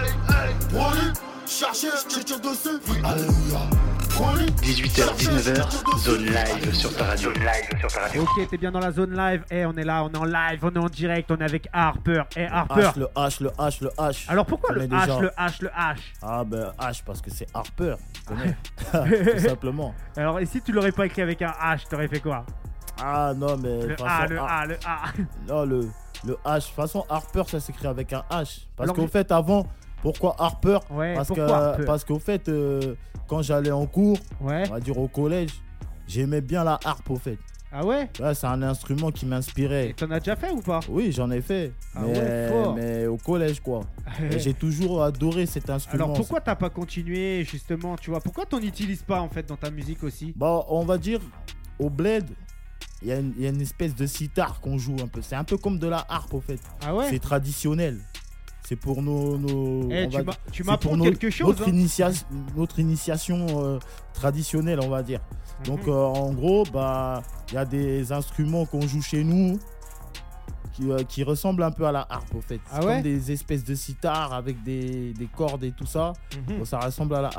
Speaker 3: Broly, chargé, je te tire dessus. Oui, alléluia. Broly,
Speaker 1: dix-huit heures dix-neuf heures, zone live sur ta radio. Live sur ta radio.
Speaker 2: Ok, t'es bien dans la zone live. Eh, on est là, on est en live, on est en direct, on est avec Harper. Eh, Harper.
Speaker 3: H, le H, le H, le H.
Speaker 2: Alors pourquoi le
Speaker 3: On est
Speaker 2: H,
Speaker 3: déjà-
Speaker 2: le H, le H?
Speaker 3: Ah ben H parce que c'est Harper, tu connais. Tout simplement.
Speaker 2: Alors, et si tu l'aurais pas écrit avec un H, t'aurais fait quoi?
Speaker 3: Ah non mais de
Speaker 2: Le
Speaker 3: toute
Speaker 2: A,
Speaker 3: façon,
Speaker 2: le
Speaker 3: ah,
Speaker 2: A, le A.
Speaker 3: non le le H. De toute façon Harper ça s'écrit avec un H. Parce
Speaker 2: Alors,
Speaker 3: qu'au
Speaker 2: j'ai-
Speaker 3: fait avant, pourquoi Harper?
Speaker 2: Ouais,
Speaker 3: Parce
Speaker 2: pourquoi
Speaker 3: que
Speaker 2: Harper
Speaker 3: parce qu'au fait euh, quand j'allais en cours,
Speaker 2: Ouais.
Speaker 3: on va dire au collège, j'aimais bien la harpe au fait.
Speaker 2: Ah ouais?
Speaker 3: Ouais, c'est un instrument qui m'inspirait.
Speaker 2: Et t'en as déjà fait ou pas?
Speaker 3: Oui, j'en ai fait,
Speaker 2: Ah
Speaker 3: mais,
Speaker 2: ouais, fort.
Speaker 3: mais au collège quoi. Et j'ai toujours adoré cet instrument.
Speaker 2: Alors pourquoi t'as pas continué justement, tu vois? Pourquoi t'en utilises pas en fait dans ta musique aussi?
Speaker 3: Bah, on va dire au bled, il y, a une- il y a une espèce de sitar qu'on joue un peu. C'est un peu comme de la harpe au fait.
Speaker 2: Ah ouais?
Speaker 3: C'est traditionnel. C'est pour nos. nos
Speaker 2: Eh,
Speaker 3: on
Speaker 2: tu
Speaker 3: va-
Speaker 2: m'as- tu
Speaker 3: c'est
Speaker 2: m'apprends
Speaker 3: pour nos-
Speaker 2: quelque chose,
Speaker 3: Notre,
Speaker 2: hein.
Speaker 3: initia- notre initiation euh, traditionnelle, on va dire. Donc,
Speaker 2: Mhm.
Speaker 3: euh, en gros, bah, il y a des instruments qu'on joue chez nous qui, euh, qui ressemblent un peu à la harpe, au fait.
Speaker 2: Ah
Speaker 3: C'est
Speaker 2: ouais
Speaker 3: comme des espèces de sitar avec des, des cordes et tout ça.
Speaker 2: Mhm.
Speaker 3: Donc, ça ressemble à la harpe.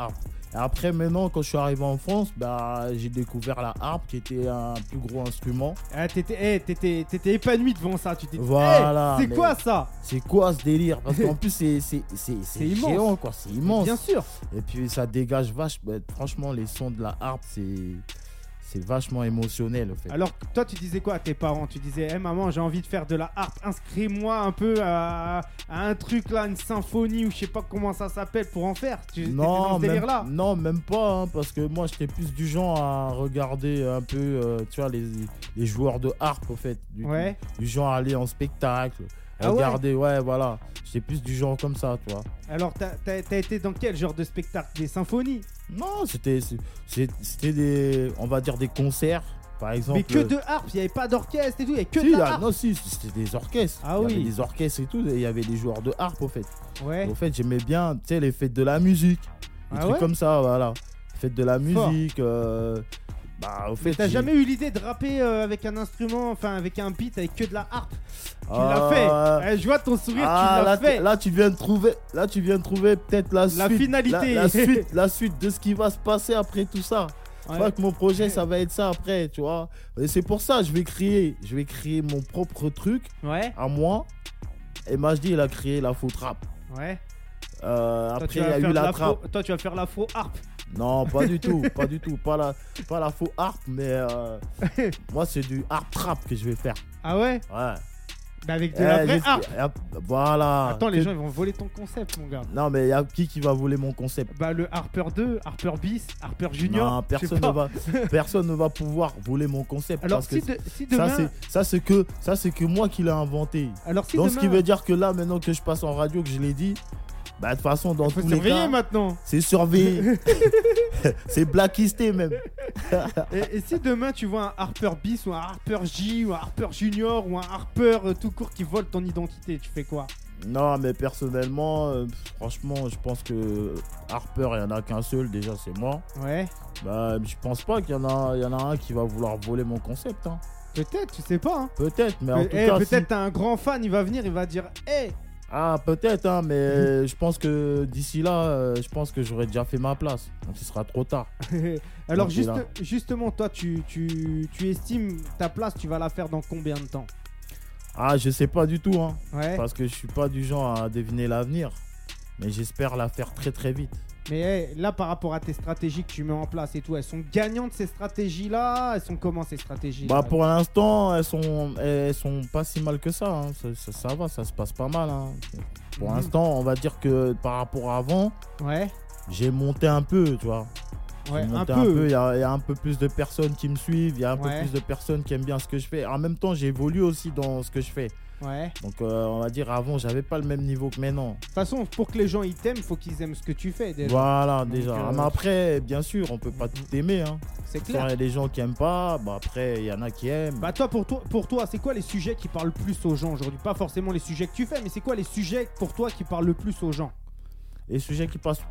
Speaker 3: Et après, maintenant, quand je suis arrivé en France, bah, j'ai découvert la harpe qui était un plus gros instrument.
Speaker 2: Ah, t'étais, hey, t'étais, t'étais épanoui devant ça. Tu t'es dit,
Speaker 3: Voilà,
Speaker 2: hey, c'est
Speaker 3: mais-
Speaker 2: quoi ça?
Speaker 3: C'est quoi ce délire? Parce qu'en plus, c'est, c'est, c'est, c'est
Speaker 2: C'est immense.
Speaker 3: géant, quoi. C'est immense.
Speaker 2: Bien sûr.
Speaker 3: Et puis, ça dégage vache. bah, franchement, les sons de la harpe, c'est, c'est vachement émotionnel, en fait.
Speaker 2: Alors, toi, tu disais quoi à tes parents? Tu disais, hey, maman, j'ai envie de faire de la harpe. Inscris-moi un peu à, à un truc là, une symphonie ou je sais pas comment ça s'appelle pour en faire. Tu étais dans ce
Speaker 3: même,
Speaker 2: délire-là.
Speaker 3: non, même pas, hein, parce que moi, j'étais plus du genre à regarder un peu, euh, tu vois, les, les joueurs de harpe, en fait. Du,
Speaker 2: Ouais.
Speaker 3: du genre à aller en spectacle.
Speaker 2: Ah ouais?
Speaker 3: Regarder, ouais, voilà. J'étais plus du genre comme ça, tu vois.
Speaker 2: Alors, t'as, t'as, t'as été dans quel genre de spectacle? Des symphonies?
Speaker 3: Non, c'était, c'est- c'est- c'était des, on va dire des concerts, par exemple.
Speaker 2: Mais que de harpe, il n'y avait pas d'orchestre et tout, il n'y avait que
Speaker 3: Si,
Speaker 2: de
Speaker 3: il y
Speaker 2: la
Speaker 3: a-
Speaker 2: harpe.
Speaker 3: non, si, c'était des orchestres.
Speaker 2: Ah
Speaker 3: il y
Speaker 2: oui.
Speaker 3: avait des orchestres et tout, et il y avait des joueurs de harpe, au fait.
Speaker 2: Ouais.
Speaker 3: Au fait, j'aimais bien, tu sais, les fêtes de la musique. Des
Speaker 2: Ah
Speaker 3: trucs
Speaker 2: ouais
Speaker 3: comme ça, voilà. Fêtes de la
Speaker 2: Fort.
Speaker 3: musique. euh, bah, au fait.
Speaker 2: Mais t'as
Speaker 3: j'ai-
Speaker 2: jamais eu l'idée de rapper euh, avec un instrument, enfin avec un beat, avec que de la harpe? Tu
Speaker 3: Ah,
Speaker 2: l'as fait. Eh, je vois ton sourire,
Speaker 3: Ah,
Speaker 2: tu l'as
Speaker 3: là,
Speaker 2: fait.
Speaker 3: t- là, tu viens de trouver, là, tu viens de trouver peut-être la,
Speaker 2: La
Speaker 3: suite,
Speaker 2: finalité.
Speaker 3: la, la suite, la suite de ce qui va se passer après tout ça. Tu
Speaker 2: Ouais.
Speaker 3: vois que mon projet, ça va être ça après, tu vois. Et c'est pour ça, je vais créer, je vais créer mon propre truc
Speaker 2: Ouais,
Speaker 3: à moi. Et Majdi, il a créé la faux trap.
Speaker 2: ouais.
Speaker 3: Euh,
Speaker 2: Toi,
Speaker 3: après,
Speaker 2: tu
Speaker 3: il y
Speaker 2: vas
Speaker 3: a
Speaker 2: faire
Speaker 3: eu
Speaker 2: de
Speaker 3: la
Speaker 2: l'afro-
Speaker 3: trappe.
Speaker 2: Toi, tu vas faire l'afro harpe.
Speaker 3: Non, pas du tout, pas du tout, pas la, pas la faux harpe, mais euh, moi, c'est du harp trap que je vais faire.
Speaker 2: Ah ouais?
Speaker 3: Ouais.
Speaker 2: Bah avec de
Speaker 3: Eh,
Speaker 2: la vraie
Speaker 3: j'espère-
Speaker 2: harpe.
Speaker 3: eh, Voilà.
Speaker 2: Attends, les
Speaker 3: Que-
Speaker 2: gens, ils vont voler ton concept, mon gars.
Speaker 3: Non, mais il y a qui qui va voler mon concept?
Speaker 2: Bah le Harper deux, Harper bis, Harper junior.
Speaker 3: Non,
Speaker 2: je sais
Speaker 3: personne
Speaker 2: pas.
Speaker 3: ne va, personne ne va pouvoir voler mon concept.
Speaker 2: Alors
Speaker 3: parce
Speaker 2: si,
Speaker 3: que
Speaker 2: de- si
Speaker 3: ça,
Speaker 2: demain,
Speaker 3: c'est, ça, c'est que, ça, c'est que moi qui l'ai inventé.
Speaker 2: alors si
Speaker 3: Donc,
Speaker 2: demain,
Speaker 3: ce qui veut dire que là, maintenant que je passe en radio, que je l'ai dit, bah, de toute façon, dans
Speaker 2: faut
Speaker 3: tous les
Speaker 2: surveiller
Speaker 3: cas,
Speaker 2: maintenant.
Speaker 3: c'est surveillé. C'est blacklisté même.
Speaker 2: Et, et si demain tu vois un Harper bis ou un Harper J ou un Harper junior ou un Harper euh, tout court qui vole ton identité, tu fais quoi?
Speaker 3: Non, mais personnellement, euh, franchement, je pense que Harper, il n'y en a qu'un seul, déjà, c'est moi.
Speaker 2: Ouais.
Speaker 3: Bah, je pense pas qu'il y en a, il y en a un qui va vouloir voler mon concept. Hein.
Speaker 2: Peut-être, tu sais pas. Hein.
Speaker 3: Peut-être, mais en
Speaker 2: Pe-
Speaker 3: tout
Speaker 2: eh,
Speaker 3: cas.
Speaker 2: peut-être
Speaker 3: si-
Speaker 2: t'as un grand fan, il va venir, il va dire, hé.
Speaker 3: Ah, peut-être, hein, mais je pense que d'ici là, euh, je pense que j'aurais déjà fait ma place. Donc, ce sera trop tard.
Speaker 2: Alors
Speaker 3: Donc,
Speaker 2: juste,
Speaker 3: il a-
Speaker 2: justement, toi, tu, tu, tu estimes ta place, tu vas la faire dans combien de temps?
Speaker 3: Ah, je sais pas du tout, hein,
Speaker 2: Ouais.
Speaker 3: parce que je suis pas du genre à deviner l'avenir. Mais j'espère la faire très très vite.
Speaker 2: Mais hey, là, par rapport à tes stratégies que tu mets en place et tout, elles sont gagnantes ces stratégies-là? Elles sont comment ces stratégies?
Speaker 3: Bah, pour l'instant, elles sont, elles sont pas si mal que ça, hein. ça, ça. ça va, ça se passe pas mal. Hein. Pour
Speaker 2: Mhm.
Speaker 3: l'instant, on va dire que par rapport à avant,
Speaker 2: Ouais,
Speaker 3: j'ai monté un peu, tu vois.
Speaker 2: ouais,
Speaker 3: J'ai
Speaker 2: un
Speaker 3: monté
Speaker 2: peu.
Speaker 3: Il y, a il y a un peu plus de personnes qui me suivent, il y a un
Speaker 2: Ouais.
Speaker 3: peu plus de personnes qui aiment bien ce que je fais. En même temps, j'évolue aussi dans ce que je fais.
Speaker 2: Ouais.
Speaker 3: Donc, euh, on va dire, avant, j'avais pas le même niveau que maintenant.
Speaker 2: De toute façon, pour que les gens ils t'aiment, faut qu'ils aiment ce que tu fais déjà.
Speaker 3: Voilà,
Speaker 2: Donc,
Speaker 3: déjà.
Speaker 2: euh,
Speaker 3: Mais après, bien sûr, on peut pas tout aimer. Hein.
Speaker 2: C'est
Speaker 3: Il y
Speaker 2: clair.
Speaker 3: a des gens qui aiment pas, bah après, il y en a qui aiment.
Speaker 2: Bah toi pour toi, pour toi, c'est quoi les sujets qui parlent le plus aux gens aujourd'hui? Pas forcément les sujets que tu fais, mais c'est quoi les sujets pour toi qui parlent le plus aux gens?
Speaker 3: Les sujets qui passent.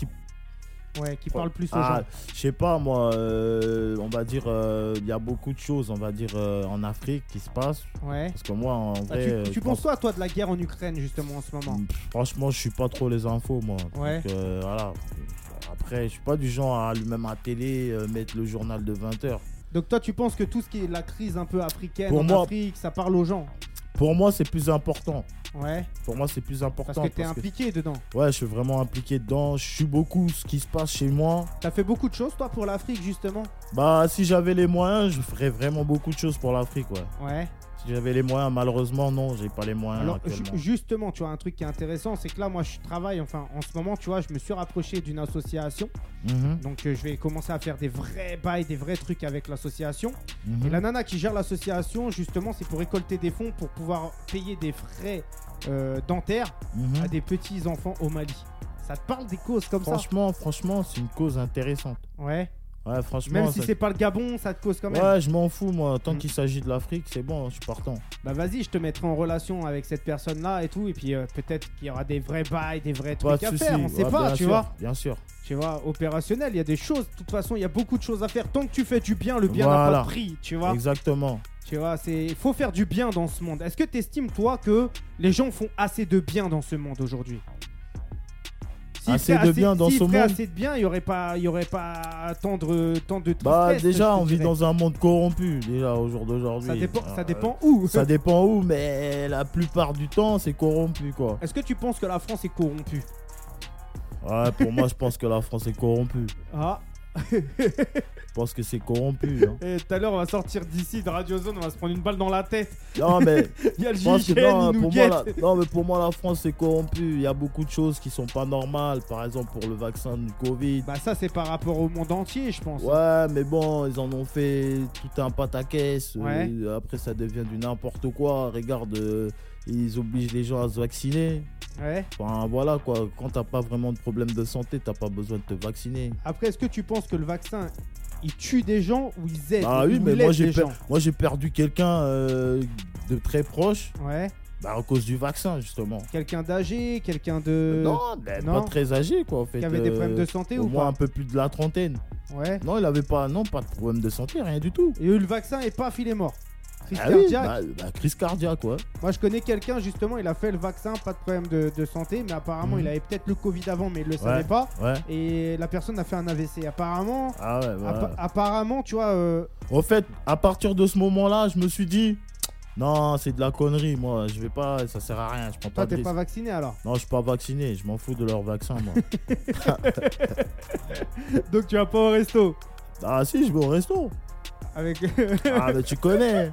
Speaker 2: Ouais, qui parlent plus aux
Speaker 3: Ah,
Speaker 2: gens.
Speaker 3: je sais pas, moi, euh, on va dire, euh, il y a beaucoup de choses, on va dire, euh, en Afrique qui se passent.
Speaker 2: Ouais.
Speaker 3: Parce que moi, en
Speaker 2: Ah,
Speaker 3: vrai.
Speaker 2: tu
Speaker 3: euh,
Speaker 2: tu
Speaker 3: je
Speaker 2: penses
Speaker 3: pense-
Speaker 2: quoi toi de la guerre en Ukraine justement en ce moment?
Speaker 3: Pff, Franchement, je suis pas trop les infos, moi.
Speaker 2: Ouais.
Speaker 3: Donc, euh, voilà. Après, je suis pas du genre à allumer ma télé, euh, mettre le journal de vingt heures.
Speaker 2: Donc toi tu penses que tout ce qui est la crise un peu africaine
Speaker 3: Pour
Speaker 2: en
Speaker 3: moi-
Speaker 2: Afrique, ça parle aux gens?
Speaker 3: Pour moi, c'est plus important.
Speaker 2: Ouais.
Speaker 3: Pour moi, c'est plus important.
Speaker 2: Parce que t'es
Speaker 3: parce que-
Speaker 2: impliqué dedans.
Speaker 3: Ouais, je suis vraiment impliqué dedans. Je suis beaucoup ce qui se passe chez moi.
Speaker 2: T'as fait beaucoup de choses toi pour l'Afrique justement?
Speaker 3: Bah, si j'avais les moyens, je ferais vraiment beaucoup de choses pour l'Afrique, ouais.
Speaker 2: Ouais.
Speaker 3: Si j'avais les moyens, malheureusement, non, j'ai pas les moyens
Speaker 2: Alors
Speaker 3: actuellement.
Speaker 2: ju- justement, tu vois, un truc qui est intéressant, c'est que là, moi, je travaille, enfin, en ce moment, tu vois, je me suis rapproché d'une association.
Speaker 3: Mhm,
Speaker 2: Donc, euh, je vais commencer à faire des vrais bails, des vrais trucs avec l'association.
Speaker 3: mhm.
Speaker 2: Et la nana qui gère l'association, justement, c'est pour récolter des fonds pour pouvoir payer des frais euh, dentaires
Speaker 3: Mhm.
Speaker 2: à des petits enfants au Mali. Ça te parle des causes comme
Speaker 3: Franchement, franchement, c'est une cause intéressante.
Speaker 2: ça? Ouais.
Speaker 3: Ouais, franchement.
Speaker 2: Même si
Speaker 3: ça-
Speaker 2: c'est pas le Gabon, ça te cause quand même.
Speaker 3: Ouais, je m'en fous, moi. Tant
Speaker 2: Mm.
Speaker 3: qu'il s'agit de l'Afrique, c'est bon, je suis partant.
Speaker 2: Bah vas-y, je te mettrai en relation avec cette personne-là et tout. Et puis euh, peut-être qu'il y aura des vrais bails, des vrais
Speaker 3: Pas
Speaker 2: trucs
Speaker 3: de
Speaker 2: à
Speaker 3: soucis.
Speaker 2: faire. On sait
Speaker 3: Ouais,
Speaker 2: pas,
Speaker 3: bien
Speaker 2: tu
Speaker 3: sûr,
Speaker 2: vois.
Speaker 3: Bien sûr.
Speaker 2: Tu vois, opérationnel, il y a des choses. De toute façon, il y a beaucoup de choses à faire. Tant que tu fais du bien, le bien n'a
Speaker 3: Voilà.
Speaker 2: pas de prix, tu vois.
Speaker 3: Exactement.
Speaker 2: Tu vois, c'est il faut faire du bien dans ce monde. Est-ce que tu estimes toi que les gens font assez de bien dans ce monde aujourd'hui? S'il
Speaker 3: assez
Speaker 2: ferait
Speaker 3: de bien dans
Speaker 2: s'il
Speaker 3: ce
Speaker 2: ferait
Speaker 3: monde.
Speaker 2: assez de bien, il n'y aurait pas, il y aurait pas tant de, tant de tristesse.
Speaker 3: Bah déjà,
Speaker 2: je te
Speaker 3: on vit
Speaker 2: dirais.
Speaker 3: dans un monde corrompu, déjà, au jour d'aujourd'hui.
Speaker 2: Ça dépend, ça
Speaker 3: Euh,
Speaker 2: dépend où.
Speaker 3: Ça dépend où, mais la plupart du temps, c'est corrompu, quoi.
Speaker 2: Est-ce que tu penses que la France est corrompue?
Speaker 3: Ouais, pour moi, je pense que la France est corrompue.
Speaker 2: Ah.
Speaker 3: Je pense que c'est corrompu. Hein.
Speaker 2: Et tout à l'heure, on va sortir d'ici de Radio Zone, on va se prendre une balle dans la tête.
Speaker 3: Non, mais
Speaker 2: Il y a le
Speaker 3: je pense que
Speaker 2: G I G N,
Speaker 3: non,
Speaker 2: il nous
Speaker 3: pour moi, la,
Speaker 2: guette.
Speaker 3: non, mais pour moi, la France, c'est corrompu. Il y a beaucoup de choses qui sont pas normales. Par exemple, pour le vaccin du Covid.
Speaker 2: Bah ça, c'est par rapport au monde entier, je pense.
Speaker 3: Ouais, mais bon, ils en ont fait tout un pataquès.
Speaker 2: Ouais.
Speaker 3: Euh, après, ça devient du n'importe quoi. Regarde, euh, ils obligent les gens à se vacciner.
Speaker 2: Ouais.
Speaker 3: Enfin, voilà quoi. Quand t'as pas vraiment de problème de santé, t'as pas besoin de te vacciner.
Speaker 2: Après, est-ce que tu penses que le vaccin, il tue des gens ou ils aident
Speaker 3: Ah oui,
Speaker 2: ou
Speaker 3: mais
Speaker 2: il
Speaker 3: moi
Speaker 2: aide
Speaker 3: j'ai,
Speaker 2: des
Speaker 3: per-
Speaker 2: gens?
Speaker 3: moi j'ai perdu quelqu'un euh, de très proche
Speaker 2: Ouais.
Speaker 3: bah, à cause du vaccin, justement.
Speaker 2: Quelqu'un d'âgé, quelqu'un de...
Speaker 3: non, mais
Speaker 2: non.
Speaker 3: pas très âgé quoi en fait.
Speaker 2: Qui avait des
Speaker 3: euh,
Speaker 2: problèmes de santé
Speaker 3: au
Speaker 2: ou
Speaker 3: moins
Speaker 2: pas?
Speaker 3: un peu plus de la trentaine.
Speaker 2: Ouais.
Speaker 3: Non, il avait pas, non, pas de problème de santé, rien du tout.
Speaker 2: Et eux, le vaccin est pas filé mort. Crise
Speaker 3: Ah oui,
Speaker 2: cardiaque.
Speaker 3: bah, bah, crise cardiaque, ouais.
Speaker 2: Moi, je connais quelqu'un, justement, il a fait le vaccin, pas de problème de, de santé, mais apparemment,
Speaker 3: Mhm.
Speaker 2: il avait peut-être le Covid avant, mais il le savait pas.
Speaker 3: Ouais.
Speaker 2: Et la personne a fait un A V C. Apparemment,
Speaker 3: Ah ouais, bah,
Speaker 2: appa- apparemment, tu vois, euh,
Speaker 3: Au fait, à partir de ce moment-là, je me suis dit, non, c'est de la connerie, moi, je vais pas, ça sert à rien, je prends
Speaker 2: toi,
Speaker 3: pas de
Speaker 2: t'es
Speaker 3: risque.
Speaker 2: pas vacciné alors.
Speaker 3: Non, je suis pas vacciné, je m'en fous de leur vaccin, moi.
Speaker 2: Donc, tu vas pas au resto
Speaker 3: Ah si, je vais au resto.
Speaker 2: avec,
Speaker 3: Ah, mais tu connais.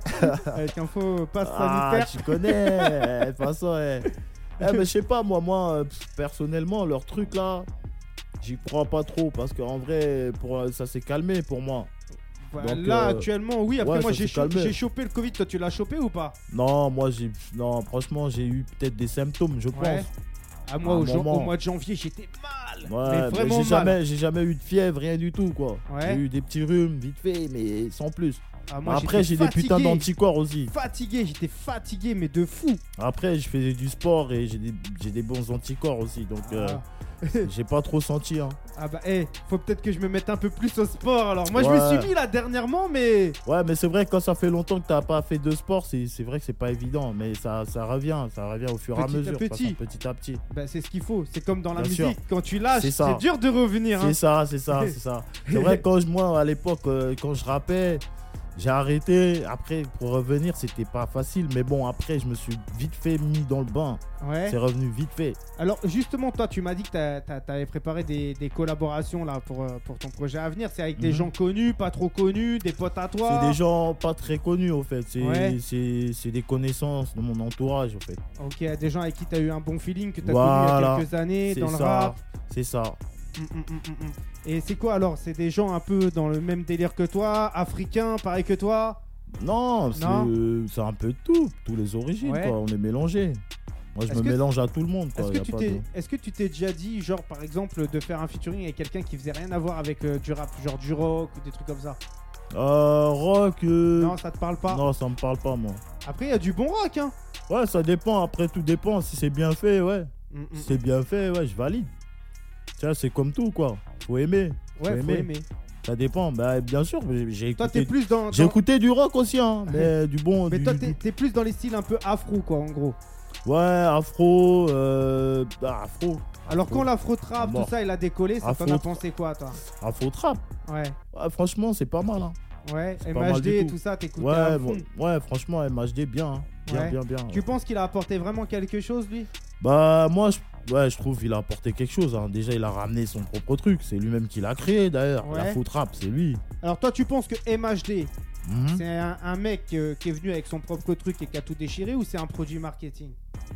Speaker 2: avec un faux passe
Speaker 3: Ah,
Speaker 2: sanitaire.
Speaker 3: tu connais. De toute façon, eh. Eh, mais je sais pas, moi, moi, euh, pff, personnellement, leur truc là, j'y crois pas trop parce qu'en vrai, pour, ça s'est calmé pour moi.
Speaker 2: Voilà,
Speaker 3: donc,
Speaker 2: là,
Speaker 3: euh,
Speaker 2: actuellement, oui. Après,
Speaker 3: ouais,
Speaker 2: moi,
Speaker 3: ça
Speaker 2: j'ai,
Speaker 3: s'est
Speaker 2: cho-
Speaker 3: calmé.
Speaker 2: j'ai chopé le Covid. Toi, tu l'as chopé ou pas?
Speaker 3: Non, moi, j'ai. Non, franchement, j'ai eu peut-être des symptômes, je
Speaker 2: Ouais.
Speaker 3: pense.
Speaker 2: À moi,
Speaker 3: À un
Speaker 2: au, jan-
Speaker 3: moment.
Speaker 2: au mois de janvier, j'étais mal.
Speaker 3: Ouais,
Speaker 2: mais
Speaker 3: mais
Speaker 2: vraiment
Speaker 3: j'ai
Speaker 2: mal.
Speaker 3: jamais, j'ai jamais eu de fièvre, rien du tout, quoi.
Speaker 2: Ouais.
Speaker 3: J'ai eu des petits rhumes, vite fait, mais sans plus.
Speaker 2: Ah, moi,
Speaker 3: Après, j'ai
Speaker 2: j'étais
Speaker 3: des putains
Speaker 2: fatigué.
Speaker 3: d'anticorps aussi.
Speaker 2: Fatigué, j'étais fatigué, mais de fou.
Speaker 3: Après, je faisais du sport et j'ai des, j'ai des bons anticorps aussi, donc euh,
Speaker 2: Ah.
Speaker 3: j'ai pas trop senti. Hein.
Speaker 2: Ah bah, eh, faut peut-être que je me mette un peu plus au sport. Alors, moi, je
Speaker 3: Ouais.
Speaker 2: me suis mis là dernièrement, mais.
Speaker 3: Ouais, mais c'est vrai que quand ça fait longtemps que t'as pas fait de sport, c'est, c'est vrai que c'est pas évident, mais ça, ça revient, ça revient au fur et à
Speaker 2: Petit à
Speaker 3: mesure, de toute
Speaker 2: petit.
Speaker 3: façon, petit à petit.
Speaker 2: Bah, c'est ce qu'il faut. C'est comme dans la
Speaker 3: Bien
Speaker 2: musique.
Speaker 3: sûr.
Speaker 2: Quand tu lâches,
Speaker 3: C'est ça.
Speaker 2: c'est dur de revenir. Hein.
Speaker 3: C'est ça, c'est ça, c'est ça. C'est vrai que quand je, moi, à l'époque, euh, quand je rappais, j'ai arrêté. Après, pour revenir, c'était pas facile, mais bon, après, je me suis vite fait mis dans le bain.
Speaker 2: Ouais.
Speaker 3: C'est revenu vite fait.
Speaker 2: Alors, justement, toi, tu m'as dit que t'as- t'as- t'avais préparé des, des collaborations là pour, euh, pour ton projet à venir. C'est avec des
Speaker 3: Mhm.
Speaker 2: gens connus, pas trop connus, des potes à toi.
Speaker 3: C'est des gens pas très connus, au fait. C'est,
Speaker 2: Ouais.
Speaker 3: c'est, c'est des connaissances de mon entourage, au fait.
Speaker 2: Ok, des gens avec qui t'as eu un bon feeling, que t'as
Speaker 3: Voilà.
Speaker 2: connu il y a quelques années
Speaker 3: C'est
Speaker 2: dans le
Speaker 3: ça.
Speaker 2: rap.
Speaker 3: C'est ça.
Speaker 2: Mm, mm, mm, mm, mm. Et c'est quoi alors? C'est des gens un peu dans le même délire que toi, africains, pareil que toi?
Speaker 3: Non, c'est,
Speaker 2: Non.
Speaker 3: c'est un peu de tout, tous les origines,
Speaker 2: Ouais.
Speaker 3: quoi. On est mélangés. Moi, je
Speaker 2: Est-ce
Speaker 3: me
Speaker 2: que-
Speaker 3: mélange à tout le monde, quoi.
Speaker 2: Est-ce
Speaker 3: Y
Speaker 2: que,
Speaker 3: a
Speaker 2: tu
Speaker 3: pas
Speaker 2: t'es,
Speaker 3: de-
Speaker 2: est-ce que tu t'es déjà dit, genre par exemple, de faire un featuring avec quelqu'un qui faisait rien à voir avec euh, du rap, genre du rock ou des trucs comme ça?
Speaker 3: Euh, rock. euh,
Speaker 2: Non, ça te parle pas?
Speaker 3: Non, ça me parle pas, moi.
Speaker 2: Après, il y a du bon rock, hein?
Speaker 3: Ouais, ça dépend. Après, tout dépend. Si c'est bien fait, ouais.
Speaker 2: Mm, mm,
Speaker 3: Si c'est bien fait, ouais, je valide. Tiens, c'est comme tout, quoi. Faut aimer.
Speaker 2: Ouais, faut
Speaker 3: aimer.
Speaker 2: aimer.
Speaker 3: Ça dépend. Bah, bien sûr, j'ai, j'ai
Speaker 2: Toi, t'es
Speaker 3: écouté.
Speaker 2: plus dans.
Speaker 3: J'ai
Speaker 2: dans-
Speaker 3: écouté du rock aussi, hein. Mais du bon.
Speaker 2: Mais
Speaker 3: du-
Speaker 2: toi,
Speaker 3: du-
Speaker 2: t'es, t'es plus dans les styles un peu afro, quoi, en gros.
Speaker 3: Ouais, afro. Euh... ah, afro.
Speaker 2: Alors,
Speaker 3: Afro.
Speaker 2: quand l'afro trap,
Speaker 3: Mort.
Speaker 2: tout ça, il a décollé, ça t'en
Speaker 3: Afro-
Speaker 2: a pensé quoi, toi?
Speaker 3: Afro trap.
Speaker 2: Ouais,
Speaker 3: Ouais, franchement, c'est pas mal, hein.
Speaker 2: ouais.
Speaker 3: C'est pas mal
Speaker 2: M H D
Speaker 3: du
Speaker 2: et
Speaker 3: tout.
Speaker 2: tout ça, t'écoutais
Speaker 3: Ouais,
Speaker 2: à
Speaker 3: bon,
Speaker 2: fond.
Speaker 3: ouais, franchement, M H D, bien. Hein. Bien,
Speaker 2: Ouais.
Speaker 3: bien, bien.
Speaker 2: Tu
Speaker 3: ouais.
Speaker 2: penses qu'il a apporté vraiment quelque chose, lui?
Speaker 3: Bah, moi, je, ouais, je trouve qu'il a apporté quelque chose. Hein. Déjà, il a ramené son propre truc. C'est lui-même qui l'a créé, d'ailleurs.
Speaker 2: Ouais.
Speaker 3: L'afro trap, c'est lui.
Speaker 2: Alors, toi, tu penses que M H D,
Speaker 3: Mhm.
Speaker 2: c'est un, un mec euh, qui est venu avec son propre truc et qui a tout déchiré, ou c'est un produit marketing?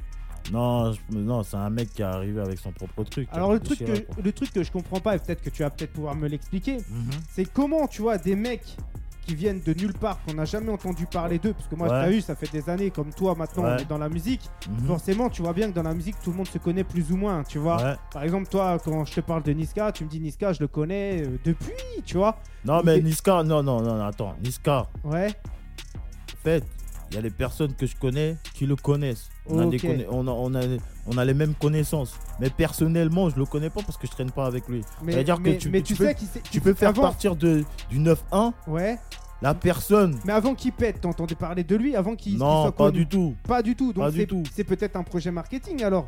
Speaker 3: Non, je- non, c'est un mec qui est arrivé avec son propre truc.
Speaker 2: Alors, le truc,
Speaker 3: Déchiré,
Speaker 2: que,
Speaker 3: quoi.
Speaker 2: le truc que je comprends pas, et peut-être que tu vas peut-être pouvoir me l'expliquer,
Speaker 3: Mhm.
Speaker 2: c'est comment, tu vois, des mecs qui viennent de nulle part, qu'on n'a jamais entendu parler d'eux, parce que moi,
Speaker 3: Ouais.
Speaker 2: t'as vu, ça fait des années, comme toi, maintenant, on
Speaker 3: Ouais.
Speaker 2: est dans la musique.
Speaker 3: Mhm.
Speaker 2: Forcément, tu vois bien que dans la musique, tout le monde se connaît plus ou moins, tu vois.
Speaker 3: Ouais.
Speaker 2: Par exemple, toi, quand je te parle de Niska, tu me dis Niska, je le connais euh, depuis, tu vois.
Speaker 3: Non, mais
Speaker 2: Mais-
Speaker 3: Niska, non, non, non, non, attends. Niska,
Speaker 2: Ouais.
Speaker 3: en fait, il y a des personnes que je connais qui le connaissent. On, a des
Speaker 2: Ok.
Speaker 3: conna- on, a, on, a, on a les mêmes connaissances. Mais personnellement, je le connais pas parce que je traîne pas avec lui.
Speaker 2: Mais,
Speaker 3: C'est-à-dire que
Speaker 2: mais,
Speaker 3: tu-
Speaker 2: mais
Speaker 3: tu
Speaker 2: tu
Speaker 3: peux-
Speaker 2: sais qu'il s'est-
Speaker 3: Tu peux faire
Speaker 2: avant,
Speaker 3: partir de, du neuf un,
Speaker 2: Ouais.
Speaker 3: la personne.
Speaker 2: Mais avant qu'il pète, t'entendais parler de lui, avant qu'il qu'il
Speaker 3: Non,
Speaker 2: soit
Speaker 3: pas
Speaker 2: connu.
Speaker 3: du tout.
Speaker 2: Pas du tout. Donc
Speaker 3: Pas du
Speaker 2: c'est-
Speaker 3: tout.
Speaker 2: c'est peut-être un projet marketing alors.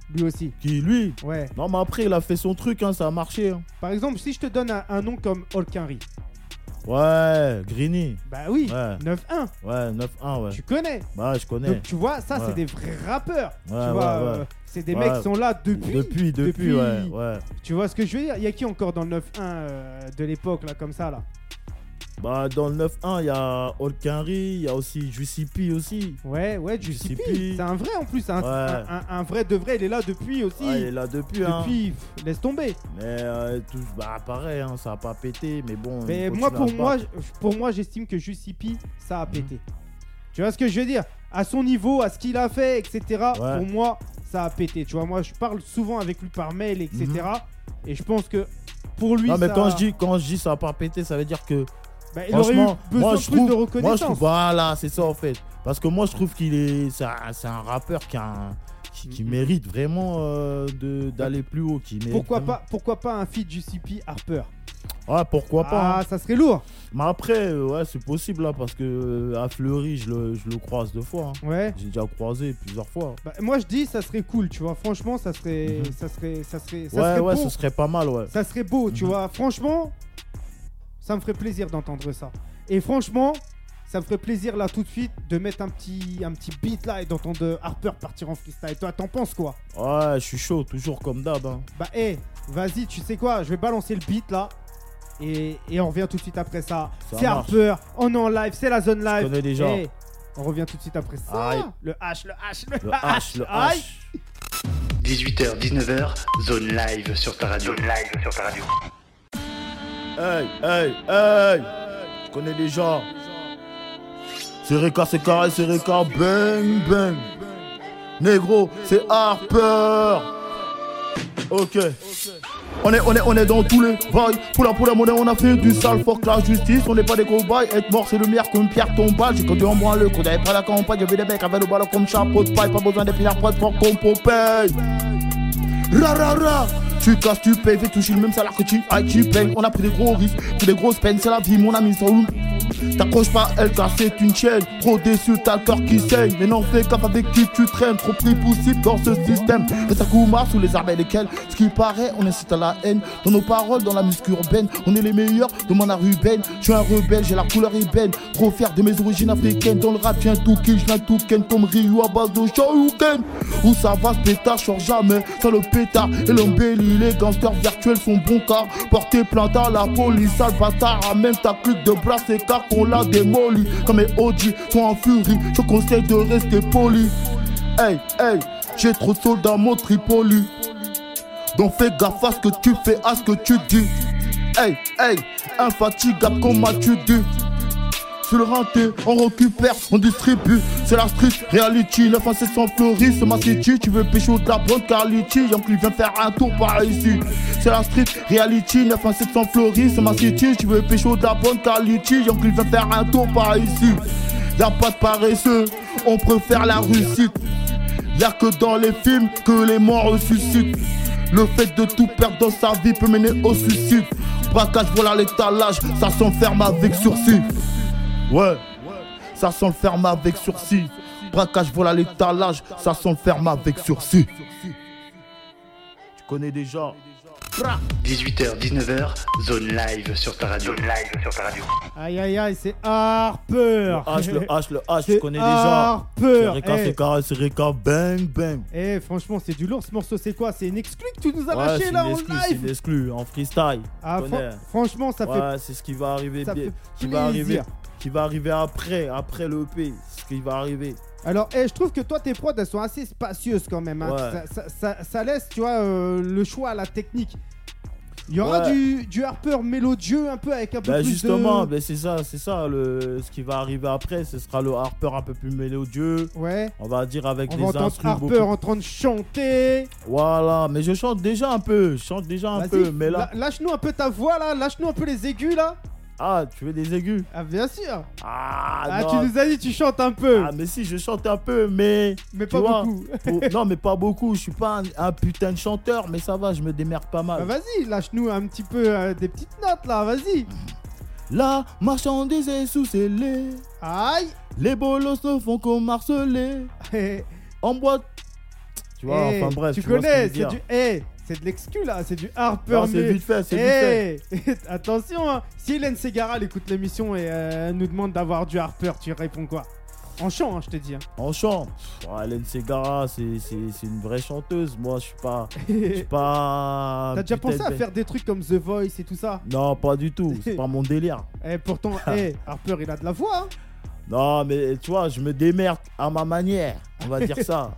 Speaker 2: Lui aussi.
Speaker 3: Qui, lui?
Speaker 2: Ouais.
Speaker 3: Non, mais après, il a fait son truc, hein, ça a marché. Hein.
Speaker 2: Par exemple, si je te donne un, un nom comme Hulk Henry.
Speaker 3: Ouais, Greeny.
Speaker 2: Bah oui,
Speaker 3: Ouais.
Speaker 2: neuf un.
Speaker 3: Ouais, neuf un, ouais.
Speaker 2: Tu connais.
Speaker 3: Bah, je connais.
Speaker 2: Donc tu vois, ça
Speaker 3: Ouais.
Speaker 2: c'est des vrais rappeurs.
Speaker 3: Ouais,
Speaker 2: tu vois,
Speaker 3: ouais, ouais.
Speaker 2: euh, c'est des
Speaker 3: Ouais.
Speaker 2: mecs qui sont là depuis.
Speaker 3: Depuis, depuis,
Speaker 2: depuis-
Speaker 3: ouais, ouais.
Speaker 2: Tu vois ce que je veux dire? Il y a qui encore dans le neuf un euh, de l'époque là comme ça là?
Speaker 3: Bah, dans le neuf un, il y a Hulk Henry, il y a aussi Juicy P aussi.
Speaker 2: Ouais, ouais, du
Speaker 3: Juicy
Speaker 2: C P.
Speaker 3: P.
Speaker 2: C'est un vrai en plus, un,
Speaker 3: Ouais.
Speaker 2: un, un- un vrai de vrai. Il est là depuis aussi.
Speaker 3: Ouais, il est là depuis, hein.
Speaker 2: depuis, pff, laisse tomber.
Speaker 3: Mais euh, tout, bah, pareil, hein, ça a pas pété, mais bon.
Speaker 2: Mais
Speaker 3: il
Speaker 2: moi,
Speaker 3: continue
Speaker 2: pour
Speaker 3: à
Speaker 2: moi,
Speaker 3: battre.
Speaker 2: je- pour moi, j'estime que Juicy P, ça a
Speaker 3: Mhm.
Speaker 2: pété. Tu vois ce que je veux dire? À son niveau, à ce qu'il a fait, et cetera.
Speaker 3: Ouais.
Speaker 2: Pour moi, ça a pété. Tu vois, moi, je parle souvent avec lui par mail, et cetera. Et je pense que pour lui,
Speaker 3: Non, mais
Speaker 2: ça...
Speaker 3: quand je dis, quand je dis ça a pas pété, ça veut dire que.
Speaker 2: bah, il aurait eu
Speaker 3: Franchement,
Speaker 2: besoin
Speaker 3: moi
Speaker 2: de
Speaker 3: je
Speaker 2: plus
Speaker 3: trouve,
Speaker 2: de
Speaker 3: moi je
Speaker 2: reconnaissance.
Speaker 3: trouve, voilà, c'est ça en fait. Parce que moi je trouve qu'il est, c'est un, c'est un rappeur qui, a un- qui, qui
Speaker 2: Mhm.
Speaker 3: mérite vraiment euh, de d'aller plus haut, qui mérite
Speaker 2: Pourquoi
Speaker 3: vraiment-
Speaker 2: pas, pourquoi pas un feat Juicy P Harper?
Speaker 3: Ouais, pourquoi pas.
Speaker 2: Ah,
Speaker 3: hein.
Speaker 2: ça serait lourd.
Speaker 3: Mais après, euh, ouais, c'est possible là parce que euh, à Fleury, je le, je le croise deux fois. hein.
Speaker 2: Ouais.
Speaker 3: J'ai déjà croisé plusieurs fois.
Speaker 2: Bah, moi, je dis, ça serait cool, tu vois. Franchement, ça serait,
Speaker 3: Mhm.
Speaker 2: ça serait, ça serait, ça
Speaker 3: Ouais,
Speaker 2: serait
Speaker 3: ouais,
Speaker 2: beau.
Speaker 3: ce serait pas mal, ouais.
Speaker 2: Ça serait beau, tu
Speaker 3: Mhm.
Speaker 2: vois. Franchement, ça me ferait plaisir d'entendre ça. Et franchement, ça me ferait plaisir là tout de suite de mettre un petit, un petit beat là et d'entendre Harper partir en freestyle. Toi, t'en penses quoi?
Speaker 3: Ouais, je suis chaud, toujours comme d'hab. hein.
Speaker 2: Bah, hé, vas-y, tu sais quoi? Je vais balancer le beat là. Et, et on revient tout de suite après ça.
Speaker 3: Ça
Speaker 2: C'est
Speaker 3: marche.
Speaker 2: Harper, on est en live, c'est la zone
Speaker 3: Je
Speaker 2: live.
Speaker 3: connais déjà.
Speaker 2: Eh, on revient tout de suite après ça.
Speaker 3: Aïe.
Speaker 2: Le H, le H, le,
Speaker 3: Le
Speaker 2: H.
Speaker 3: H, le
Speaker 2: Aïe.
Speaker 3: H.
Speaker 1: dix-huit heures, dix-neuf heures, zone live sur ta radio. Zone live sur ta radio.
Speaker 3: Hey, hey, hey. Je connais déjà. C'est Reka, c'est carré, c'est Reka, bang, bang. Négro, c'est Harper. Ok. On est, on est, on est dans tous les bails. Pour la, pour la monnaie, on a fait du sale fuck la justice. On n'est pas des cobayes. Être mort, c'est le meilleur qu'une pierre tombale. J'ai conduit en moi le coup d'aller pas la campagne. Y'avait des mecs avec le ballon comme chapeau de paille. Pas besoin des pillards pour être fort comme Popeye. Ra ra ra. Tu casses, tu payes, fais toucher le même salaire que tu ailles, tu payes. On a pris des gros risques, pris des grosses peines, c'est la vie, mon ami, ça roule. T'accroches pas, elle car c'est une chaîne. Trop déçu, t'as le cœur qui saigne. Mais non, fais gaffe avec qui tu traînes. Trop pris possible dans ce système. Et ça coumare sous les arbres et lesquels. Ce qui paraît, on incite à la haine. Dans nos paroles, dans la musique urbaine. On est les meilleurs, demande à Ruben. Je suis un rebelle, j'ai la couleur ébène. Trop fier de mes origines africaines. Dans le rap, j'ai un tout kill, j'ai un tout ken. Comme Rio à base de Shoryuken. Où ça va, ce pétard, je sors jamais. Sans le pétard et l'embellie. Les gangsters virtuels sont bons car porter plainte à la police. Sale bâtard, ramène ta clique de bras et car qu'on l'a démoli. Comme mes O G sont en furie, je conseille de rester poli. Hey, hey, j'ai trop de soldats mon Tripoli. Donc fais gaffe à ce que tu fais, à ce que tu dis. Hey, hey, infatigable comme tu dis. Sur le renté, on récupère, on distribue. C'est la street, reality, neuf un sept cents fleuris, c'est ma city. Tu veux pécho de la bonne qualité, Yankee vient faire un tour par ici. C'est la street, reality, neuf un sept cents fleuris, c'est ma city. Tu veux pécho de la bonne qualité, Yankee vient faire un tour par ici. Y'a pas de paresseux, on préfère la réussite. Y'a que dans les films que les morts ressuscitent. Le fait de tout perdre dans sa vie peut mener au suicide. Braquage, voilà l'étalage, ça s'enferme avec sursis. Ouais, ça s'enferme avec sursis. Braquage, voilà l'étalage, ça s'enferme avec sursis. Tu connais déjà.
Speaker 1: dix-huit heures, dix-neuf heures, zone live sur ta radio. Zone live sur ta radio.
Speaker 2: Aïe aïe aïe, c'est Harper.
Speaker 3: Le H, le H, le H,
Speaker 2: C'est
Speaker 3: tu connais déjà.
Speaker 2: Harper.
Speaker 3: C'est Reka,
Speaker 2: Eh.
Speaker 3: c'est carré, c'est Reka, bang, bang.
Speaker 2: Eh, franchement, c'est du lourd ce morceau. C'est quoi? C'est une exclu que tu nous as
Speaker 3: Ouais,
Speaker 2: lâché
Speaker 3: c'est
Speaker 2: là
Speaker 3: une
Speaker 2: en
Speaker 3: exclu, c'est
Speaker 2: live.
Speaker 3: une exclu, en freestyle.
Speaker 2: Ah,
Speaker 3: tu
Speaker 2: fran-
Speaker 3: connais.
Speaker 2: franchement, ça
Speaker 3: Ouais, c'est ce qui va arriver,
Speaker 2: fait, ça
Speaker 3: bien-
Speaker 2: fait
Speaker 3: qui va arriver,
Speaker 2: plaisir.
Speaker 3: qui va arriver après, après le E P, ce qui va arriver.
Speaker 2: Alors, eh, je trouve que toi, tes prods, elles sont assez spacieuses quand même. Hein.
Speaker 3: Ouais.
Speaker 2: Ça, ça- ça- ça laisse, tu vois, euh, le choix à la technique. Il y aura
Speaker 3: Ouais.
Speaker 2: du, du Harper mélodieux un peu avec un peu
Speaker 3: Bah
Speaker 2: plus
Speaker 3: justement,
Speaker 2: de...
Speaker 3: bah c'est ça, c'est ça, le, ce qui va arriver après, ce sera le Harper un peu plus mélodieux,
Speaker 2: Ouais.
Speaker 3: on va dire avec
Speaker 2: On
Speaker 3: des
Speaker 2: va entendre
Speaker 3: instruments
Speaker 2: Harper
Speaker 3: beaucoup.
Speaker 2: en train de chanter.
Speaker 3: Voilà, mais je chante déjà un peu, je chante déjà un
Speaker 2: Vas-y,
Speaker 3: peu, mais là...
Speaker 2: la- lâche-nous un peu ta voix là, lâche-nous un peu les aigus là.
Speaker 3: Ah, tu veux des aigus?
Speaker 2: Ah, bien sûr.
Speaker 3: Ah,
Speaker 2: Ah,
Speaker 3: non.
Speaker 2: tu nous as dit tu chantes un peu.
Speaker 3: Ah, mais si, je chante un peu, mais...
Speaker 2: mais
Speaker 3: tu
Speaker 2: pas
Speaker 3: vois,
Speaker 2: beaucoup.
Speaker 3: oh, non, mais pas beaucoup, je suis pas un, un putain de chanteur, mais ça va, je me démerde pas mal.
Speaker 2: Bah, vas-y, lâche-nous un petit peu euh, des petites notes là, vas-y.
Speaker 3: La marchandise est sous-scellée,
Speaker 2: Aïe.
Speaker 3: les bolos se font comme marceler. En boîte, Tu vois,
Speaker 2: Eh,
Speaker 3: enfin bref.
Speaker 2: tu
Speaker 3: vois ce que je
Speaker 2: connais,
Speaker 3: veux
Speaker 2: c'est
Speaker 3: dire.
Speaker 2: du. Eh, c'est de l'exclu là, c'est du Harper.
Speaker 3: Non, c'est
Speaker 2: mais-
Speaker 3: vite fait, c'est vite
Speaker 2: Eh, attention, hein. Si Hélène Ségara elle écoute l'émission et euh, nous demande d'avoir du Harper, tu réponds quoi? En chant, hein, je te dis. Hein.
Speaker 3: En chant. Ouais, Hélène Ségara, c'est c'est- c'est une vraie chanteuse. Moi, je suis pas. Je suis pas.
Speaker 2: T'as déjà
Speaker 3: putain
Speaker 2: pensé à
Speaker 3: de-
Speaker 2: faire des trucs comme The Voice et tout ça?
Speaker 3: Non, pas du tout. C'est pas mon délire.
Speaker 2: Eh, pourtant, eh, Harper il a de la voix. Hein.
Speaker 3: Non, mais tu vois, je me démerde à ma manière. On va dire ça.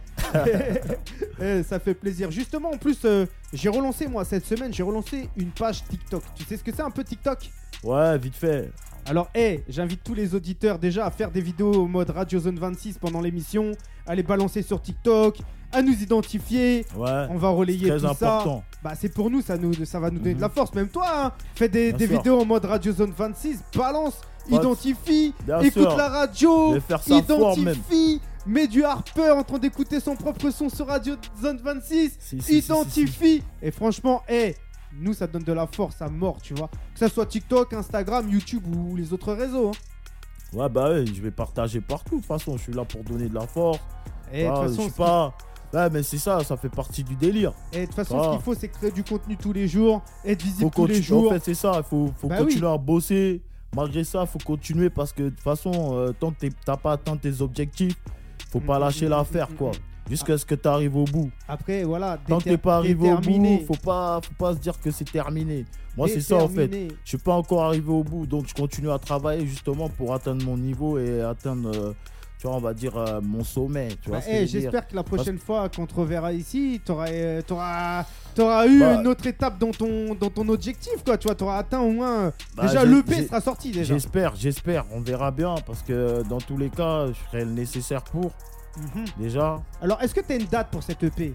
Speaker 2: Eh, ça fait plaisir. Justement, en plus, euh, j'ai relancé moi cette semaine, j'ai relancé une page TikTok. Tu sais ce que c'est un peu TikTok?
Speaker 3: Ouais, vite fait.
Speaker 2: Alors, hey, j'invite tous les auditeurs déjà à faire des vidéos au mode Radio Zone vingt-six pendant l'émission, à les balancer sur TikTok, à nous identifier.
Speaker 3: Ouais.
Speaker 2: On va relayer
Speaker 3: Très
Speaker 2: tout
Speaker 3: important.
Speaker 2: ça. Bah, c'est pour nous, ça, nous, ça va nous donner
Speaker 3: Mhm.
Speaker 2: de la force. Même toi, hein, fais des,
Speaker 3: Bien
Speaker 2: des
Speaker 3: sûr.
Speaker 2: vidéos en mode Radio Zone vingt-six, balance,
Speaker 3: Pas-
Speaker 2: identifie,
Speaker 3: Bien
Speaker 2: écoute
Speaker 3: sûr.
Speaker 2: la radio,
Speaker 3: Mais faire ça fort même.
Speaker 2: identifie, mets du Harper en train d'écouter son propre son sur Radio Zone vingt-six,
Speaker 3: Si, si, si, si,
Speaker 2: identifie. Et franchement, hey, nous, ça donne de la force à mort, tu vois. Que ça soit TikTok, Instagram, YouTube ou les autres réseaux. Hein.
Speaker 3: Ouais, bah ouais, je vais partager partout. De toute façon, je suis là pour donner de la force.
Speaker 2: Et de
Speaker 3: Ah,
Speaker 2: toute
Speaker 3: je
Speaker 2: façon,
Speaker 3: suis
Speaker 2: ce
Speaker 3: pas. Ouais, mais c'est ça, ça fait partie du délire.
Speaker 2: qui- et de toute façon,
Speaker 3: Ah.
Speaker 2: ce qu'il faut, c'est créer du contenu tous les jours, être visible
Speaker 3: Faut
Speaker 2: tous les
Speaker 3: continuer.
Speaker 2: jours.
Speaker 3: En fait, c'est ça. Il faut, faut
Speaker 2: Bah
Speaker 3: continuer
Speaker 2: oui.
Speaker 3: à bosser. Malgré ça, faut continuer parce que de toute façon, euh, tant que t'es- t'as pas atteint tes objectifs, faut pas
Speaker 2: Mm,
Speaker 3: lâcher
Speaker 2: mm,
Speaker 3: l'affaire,
Speaker 2: mm,
Speaker 3: quoi.
Speaker 2: mm.
Speaker 3: Jusqu'à ce que tu arrives au bout.
Speaker 2: Après, voilà.
Speaker 3: Tant que
Speaker 2: déter-
Speaker 3: t'es pas arrivé au
Speaker 2: déterminé.
Speaker 3: bout, faut pas, faut pas se dire que c'est terminé. Moi, c'est ça en fait.
Speaker 2: Déterminé.
Speaker 3: Je suis pas encore arrivé au bout, donc je continue à travailler justement pour atteindre mon niveau et atteindre, euh, tu vois, on va dire euh, mon sommet. Tu vois
Speaker 2: Bah,
Speaker 3: ce que
Speaker 2: eh,
Speaker 3: je veux dire.
Speaker 2: j'espère que la prochaine fois qu'on te reverra ici, t'auras euh, t'auras- t'auras eu
Speaker 3: Bah.
Speaker 2: une autre étape dans ton, dans ton objectif, quoi. Tu vois, t'auras atteint au moins. euh,
Speaker 3: Bah,
Speaker 2: déjà,
Speaker 3: j'ai-
Speaker 2: l'E P
Speaker 3: j'ai-
Speaker 2: sera sorti déjà.
Speaker 3: J'espère, j'espère. On verra bien parce que dans tous les cas, je ferai le nécessaire pour.
Speaker 2: Mhm.
Speaker 3: Déjà,
Speaker 2: Alors, est-ce que t'as une date pour cette E P?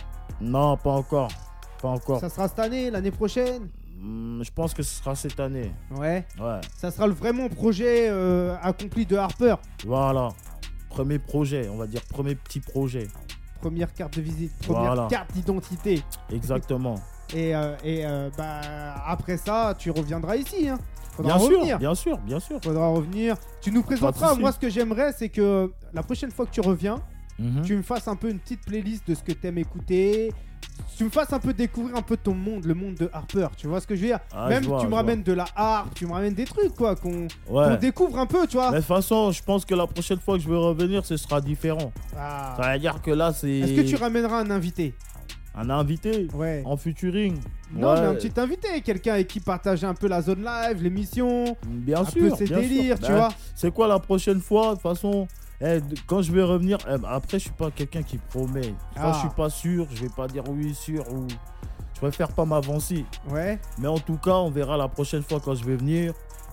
Speaker 3: non, pas encore, pas encore.
Speaker 2: Ça sera cette année, l'année prochaine?
Speaker 3: Hmm, je pense que ce sera cette année.
Speaker 2: Ouais.
Speaker 3: Ouais,
Speaker 2: Ça sera le vraiment projet euh, accompli de Harper.
Speaker 3: voilà. Premier projet, on va dire premier petit projet.
Speaker 2: Première carte de visite, première
Speaker 3: Voilà.
Speaker 2: carte d'identité.
Speaker 3: Exactement.
Speaker 2: Et, euh, et euh, bah, après ça, tu reviendras ici. Hein. Faudra
Speaker 3: Bien
Speaker 2: revenir.
Speaker 3: sûr, bien sûr, bien sûr.
Speaker 2: Faudra revenir. Tu nous présenteras.
Speaker 3: souci.
Speaker 2: Moi, ce que j'aimerais, c'est que la prochaine fois que tu reviens,
Speaker 3: Mhm.
Speaker 2: tu me fasses un peu une petite playlist de ce que t'aimes écouter. Tu me fasses un peu découvrir un peu ton monde, le monde de Harper. Tu vois ce que je veux dire?
Speaker 3: Ah,
Speaker 2: Même
Speaker 3: je vois,
Speaker 2: tu me
Speaker 3: je
Speaker 2: ramènes de la harpe, tu me ramènes des trucs, quoi, qu'on
Speaker 3: Ouais.
Speaker 2: qu'on découvre un peu, tu vois.
Speaker 3: Mais de toute façon, je pense que la prochaine fois que je vais revenir, ce sera différent.
Speaker 2: Ah.
Speaker 3: Ça veut dire que là, c'est
Speaker 2: Est-ce que tu ramèneras un invité?
Speaker 3: un invité
Speaker 2: Ouais.
Speaker 3: en featuring.
Speaker 2: Non,
Speaker 3: Ouais.
Speaker 2: mais un petit invité, quelqu'un avec qui partager un peu la zone live, l'émission,
Speaker 3: Bien
Speaker 2: un
Speaker 3: sûr,
Speaker 2: peu ses
Speaker 3: bien sûr.
Speaker 2: délires, tu
Speaker 3: Ben,
Speaker 2: vois.
Speaker 3: C'est quoi la prochaine fois? De toute façon, eh, d- quand je vais revenir, eh, ben, après, je suis pas quelqu'un qui promet. Quand
Speaker 2: Ah.
Speaker 3: je suis pas sûr, je vais pas dire oui, sûr ou. Je préfère pas m'avancer.
Speaker 2: Ouais.
Speaker 3: Mais en tout cas, on verra la prochaine fois quand je vais venir.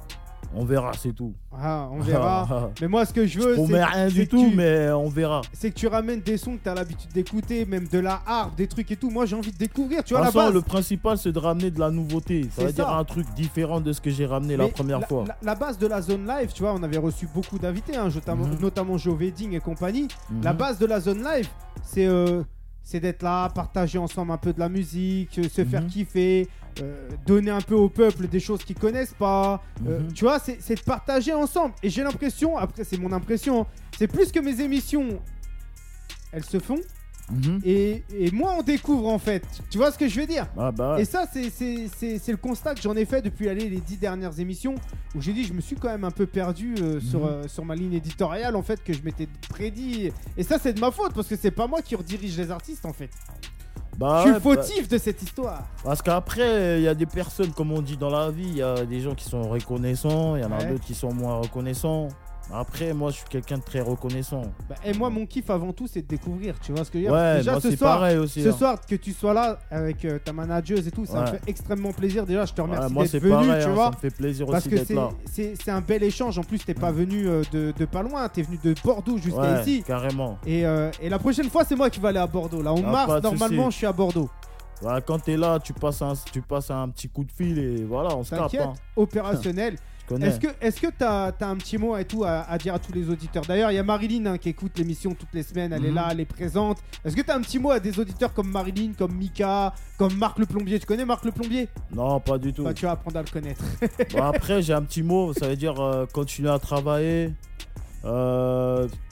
Speaker 3: On verra, c'est tout.
Speaker 2: Ah, on verra. Mais moi, ce que je
Speaker 3: Je
Speaker 2: veux,
Speaker 3: promets
Speaker 2: c'est
Speaker 3: rien
Speaker 2: c'est
Speaker 3: du
Speaker 2: que
Speaker 3: tout,
Speaker 2: tu-
Speaker 3: mais on verra.
Speaker 2: c'est que tu ramènes des sons que tu as l'habitude d'écouter, même de la harpe, des trucs et tout. Moi, j'ai envie de découvrir, tu
Speaker 3: De
Speaker 2: vois,
Speaker 3: toute
Speaker 2: la
Speaker 3: façon,
Speaker 2: base.
Speaker 3: le principal, c'est de ramener de la nouveauté. Ça
Speaker 2: C'est
Speaker 3: veut dire
Speaker 2: ça.
Speaker 3: un truc différent de ce que j'ai ramené la
Speaker 2: Mais
Speaker 3: première fois.
Speaker 2: La, la base de la zone live, tu vois, on avait reçu beaucoup d'invités, hein, notamment,
Speaker 3: Mhm.
Speaker 2: notamment Joe Wedding et compagnie. La
Speaker 3: Mhm.
Speaker 2: base de la zone live, c'est euh, c'est d'être là, partager ensemble un peu de la musique, euh, se faire
Speaker 3: Mhm.
Speaker 2: kiffer, euh, donner un peu au peuple des choses qu'ils connaissent pas. Euh,
Speaker 3: Mhm.
Speaker 2: tu vois, c'est c'est de partager ensemble. Et j'ai l'impression, après c'est mon impression, hein, c'est plus que mes émissions, elles se font.
Speaker 3: Mhm.
Speaker 2: Et, et moi, on découvre en fait. Tu vois ce que je veux dire?
Speaker 3: Ah bah ouais.
Speaker 2: Et ça, c'est- c'est c'est- c'est le constat que j'en ai fait depuis allez, les dix dernières émissions où j'ai dit je me suis quand même un peu perdu euh, sur,
Speaker 3: Mhm.
Speaker 2: euh, sur ma ligne éditoriale en fait que je m'étais prédit. Et ça, c'est de ma faute parce que c'est pas moi qui redirige les artistes en fait.
Speaker 3: Bah
Speaker 2: je suis
Speaker 3: ouais,
Speaker 2: fautif de cette histoire.
Speaker 3: Parce qu'après, il y a des personnes, comme on dit dans la vie, il y a des gens qui sont reconnaissants, il y en a
Speaker 2: Ouais.
Speaker 3: d'autres qui sont moins reconnaissants. Après, moi, je suis quelqu'un de très reconnaissant.
Speaker 2: Bah, et moi, mon kiff avant tout, c'est de découvrir. Tu vois ce que je veux dire?
Speaker 3: Ouais,
Speaker 2: Déjà,
Speaker 3: moi,
Speaker 2: ce
Speaker 3: c'est
Speaker 2: soir,
Speaker 3: pareil aussi.
Speaker 2: ce
Speaker 3: hein.
Speaker 2: soir, que tu sois là avec euh, ta manageuse et tout, ça me
Speaker 3: Ouais.
Speaker 2: fait extrêmement plaisir. Déjà, je te
Speaker 3: Ouais,
Speaker 2: remercie
Speaker 3: moi,
Speaker 2: d'être
Speaker 3: c'est
Speaker 2: venu,
Speaker 3: pareil,
Speaker 2: tu
Speaker 3: hein,
Speaker 2: vois.
Speaker 3: ça me fait plaisir
Speaker 2: Parce
Speaker 3: aussi
Speaker 2: que
Speaker 3: d'être
Speaker 2: c'est-
Speaker 3: là.
Speaker 2: c'est c'est un bel échange. En plus, t'es pas venu euh, de, de pas loin, t'es venu de Bordeaux jusqu'à
Speaker 3: Ouais,
Speaker 2: ici.
Speaker 3: carrément.
Speaker 2: Et, euh, et la prochaine fois, c'est moi qui vais aller à Bordeaux. Là, en
Speaker 3: Ah,
Speaker 2: mars,
Speaker 3: pas de
Speaker 2: normalement,
Speaker 3: souci.
Speaker 2: je suis à Bordeaux.
Speaker 3: Ouais, quand t'es là, tu passes, un, tu passes un petit coup de fil et voilà, on se capte.
Speaker 2: T'inquiète,
Speaker 3: Hein.
Speaker 2: opérationnel.
Speaker 3: Tu connais.
Speaker 2: Est-ce que est-ce que t'as as un petit mot et tout à, à dire à tous les auditeurs? D'ailleurs, il y a Marilyn hein, qui écoute l'émission toutes les semaines. Elle est
Speaker 3: Mhm.
Speaker 2: là, elle est présente. Est-ce que t'as un petit mot à des auditeurs comme Marilyn, comme Mika, comme Marc le plombier? Tu connais Marc le plombier?
Speaker 3: Non, pas du tout.
Speaker 2: Bah, tu vas apprendre à le connaître.
Speaker 3: Bon, après, j'ai un petit mot, ça veut dire euh, continuer à travailler. Euh,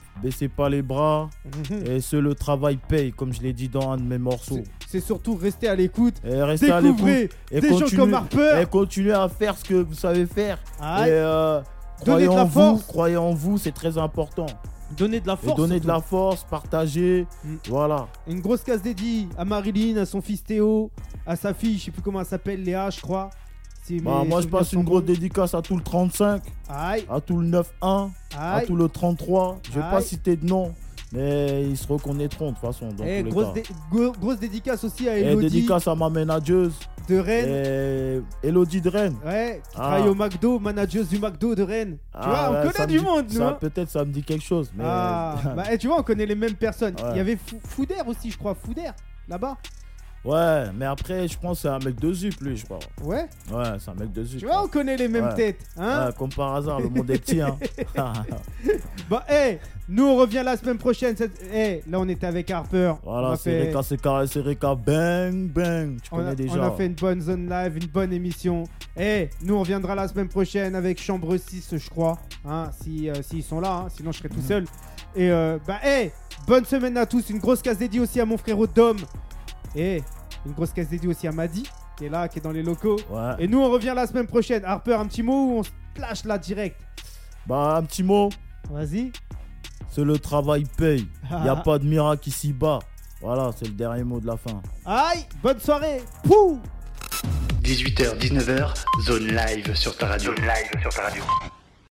Speaker 3: baissez pas les bras.
Speaker 2: Mhm.
Speaker 3: Et seul le travail paye, comme je l'ai dit dans un de mes morceaux.
Speaker 2: C'est, c'est surtout rester à l'écoute.
Speaker 3: Et restez à l'écoute.
Speaker 2: Découvrez
Speaker 3: Et
Speaker 2: des gens
Speaker 3: continuez-
Speaker 2: comme Harper.
Speaker 3: Et continuez à faire ce que vous savez faire.
Speaker 2: Aïe.
Speaker 3: Et euh,
Speaker 2: Donnez
Speaker 3: croyez
Speaker 2: de la
Speaker 3: en vous,
Speaker 2: force.
Speaker 3: croyez en vous, c'est très important.
Speaker 2: Donner de la
Speaker 3: Et
Speaker 2: force.
Speaker 3: donnez de
Speaker 2: surtout.
Speaker 3: la force, partagez.
Speaker 2: Mm.
Speaker 3: Voilà.
Speaker 2: Une grosse case dédiée à Marilyn, à son fils Théo, à sa fille, je sais plus comment elle s'appelle, Léa, je crois. Si
Speaker 3: Bah,
Speaker 2: mes
Speaker 3: moi, je
Speaker 2: souvenirs
Speaker 3: passe
Speaker 2: sont
Speaker 3: une grosse
Speaker 2: bons.
Speaker 3: dédicace à tout le trente-cinq,
Speaker 2: Aïe,
Speaker 3: à tout le neuf un, à
Speaker 2: aïe.
Speaker 3: tout le trente-trois. Je vais pas
Speaker 2: Aïe.
Speaker 3: citer de nom, mais ils se reconnaîtront de toute façon. Dans
Speaker 2: Eh,
Speaker 3: tous les
Speaker 2: grosse,
Speaker 3: cas.
Speaker 2: dé- go- grosse dédicace aussi à
Speaker 3: Et
Speaker 2: Elodie
Speaker 3: dédicace à ma ménageuse,
Speaker 2: de Rennes.
Speaker 3: et Elodie de Rennes.
Speaker 2: Ouais, qui
Speaker 3: Ah.
Speaker 2: travaille au McDo, manageuse du McDo de Rennes. Tu
Speaker 3: Ah
Speaker 2: vois, on
Speaker 3: ouais,
Speaker 2: connaît
Speaker 3: ça me
Speaker 2: du
Speaker 3: dit-
Speaker 2: monde, nous.
Speaker 3: ça,
Speaker 2: hein.
Speaker 3: peut-être ça me dit quelque chose, mais
Speaker 2: Ah, bah, eh, tu vois, on connaît les mêmes personnes.
Speaker 3: Ouais.
Speaker 2: Il y avait Fou- Foudère aussi, je crois. Foudère, là-bas.
Speaker 3: ouais, mais après je pense que c'est un mec de Zup lui, je crois.
Speaker 2: Ouais,
Speaker 3: Ouais, c'est un mec de Zup.
Speaker 2: tu vois, on connaît les mêmes
Speaker 3: Ouais.
Speaker 2: têtes. Hein.
Speaker 3: Ouais, comme par hasard, le monde est petit. Hein.
Speaker 2: Bah, eh, nous, on revient la semaine prochaine. Cette... Eh, là, on était avec Harper. on
Speaker 3: Voilà,
Speaker 2: a
Speaker 3: c'est
Speaker 2: fait...
Speaker 3: Reka, c'est carré, c'est Reka, bang, bang. Tu
Speaker 2: On
Speaker 3: connais
Speaker 2: a,
Speaker 3: déjà.
Speaker 2: on a fait une bonne zone live, une bonne émission. Eh, nous on reviendra la semaine prochaine avec Chambre six, je crois. Hein, si, euh, s'ils sont là, hein, sinon je serai tout seul. Et euh, bah, eh, bonne semaine à tous. Une grosse case dédiée aussi à mon frérot Dom. Et une grosse case dédiée aussi à Madi, qui est là, qui est dans les locaux.
Speaker 3: Ouais.
Speaker 2: Et nous on revient la semaine prochaine. Harper, un petit mot ou on se clash là direct?
Speaker 3: Bah, un petit mot.
Speaker 2: Vas-y.
Speaker 3: C'est le travail paye. Il n'y a pas de miracle ici-bas. Voilà, c'est le dernier mot de la fin.
Speaker 2: Aïe, bonne soirée. Pouh.
Speaker 1: dix-huit heures, dix-neuf heures, zone live sur ta radio. Zone live sur ta radio.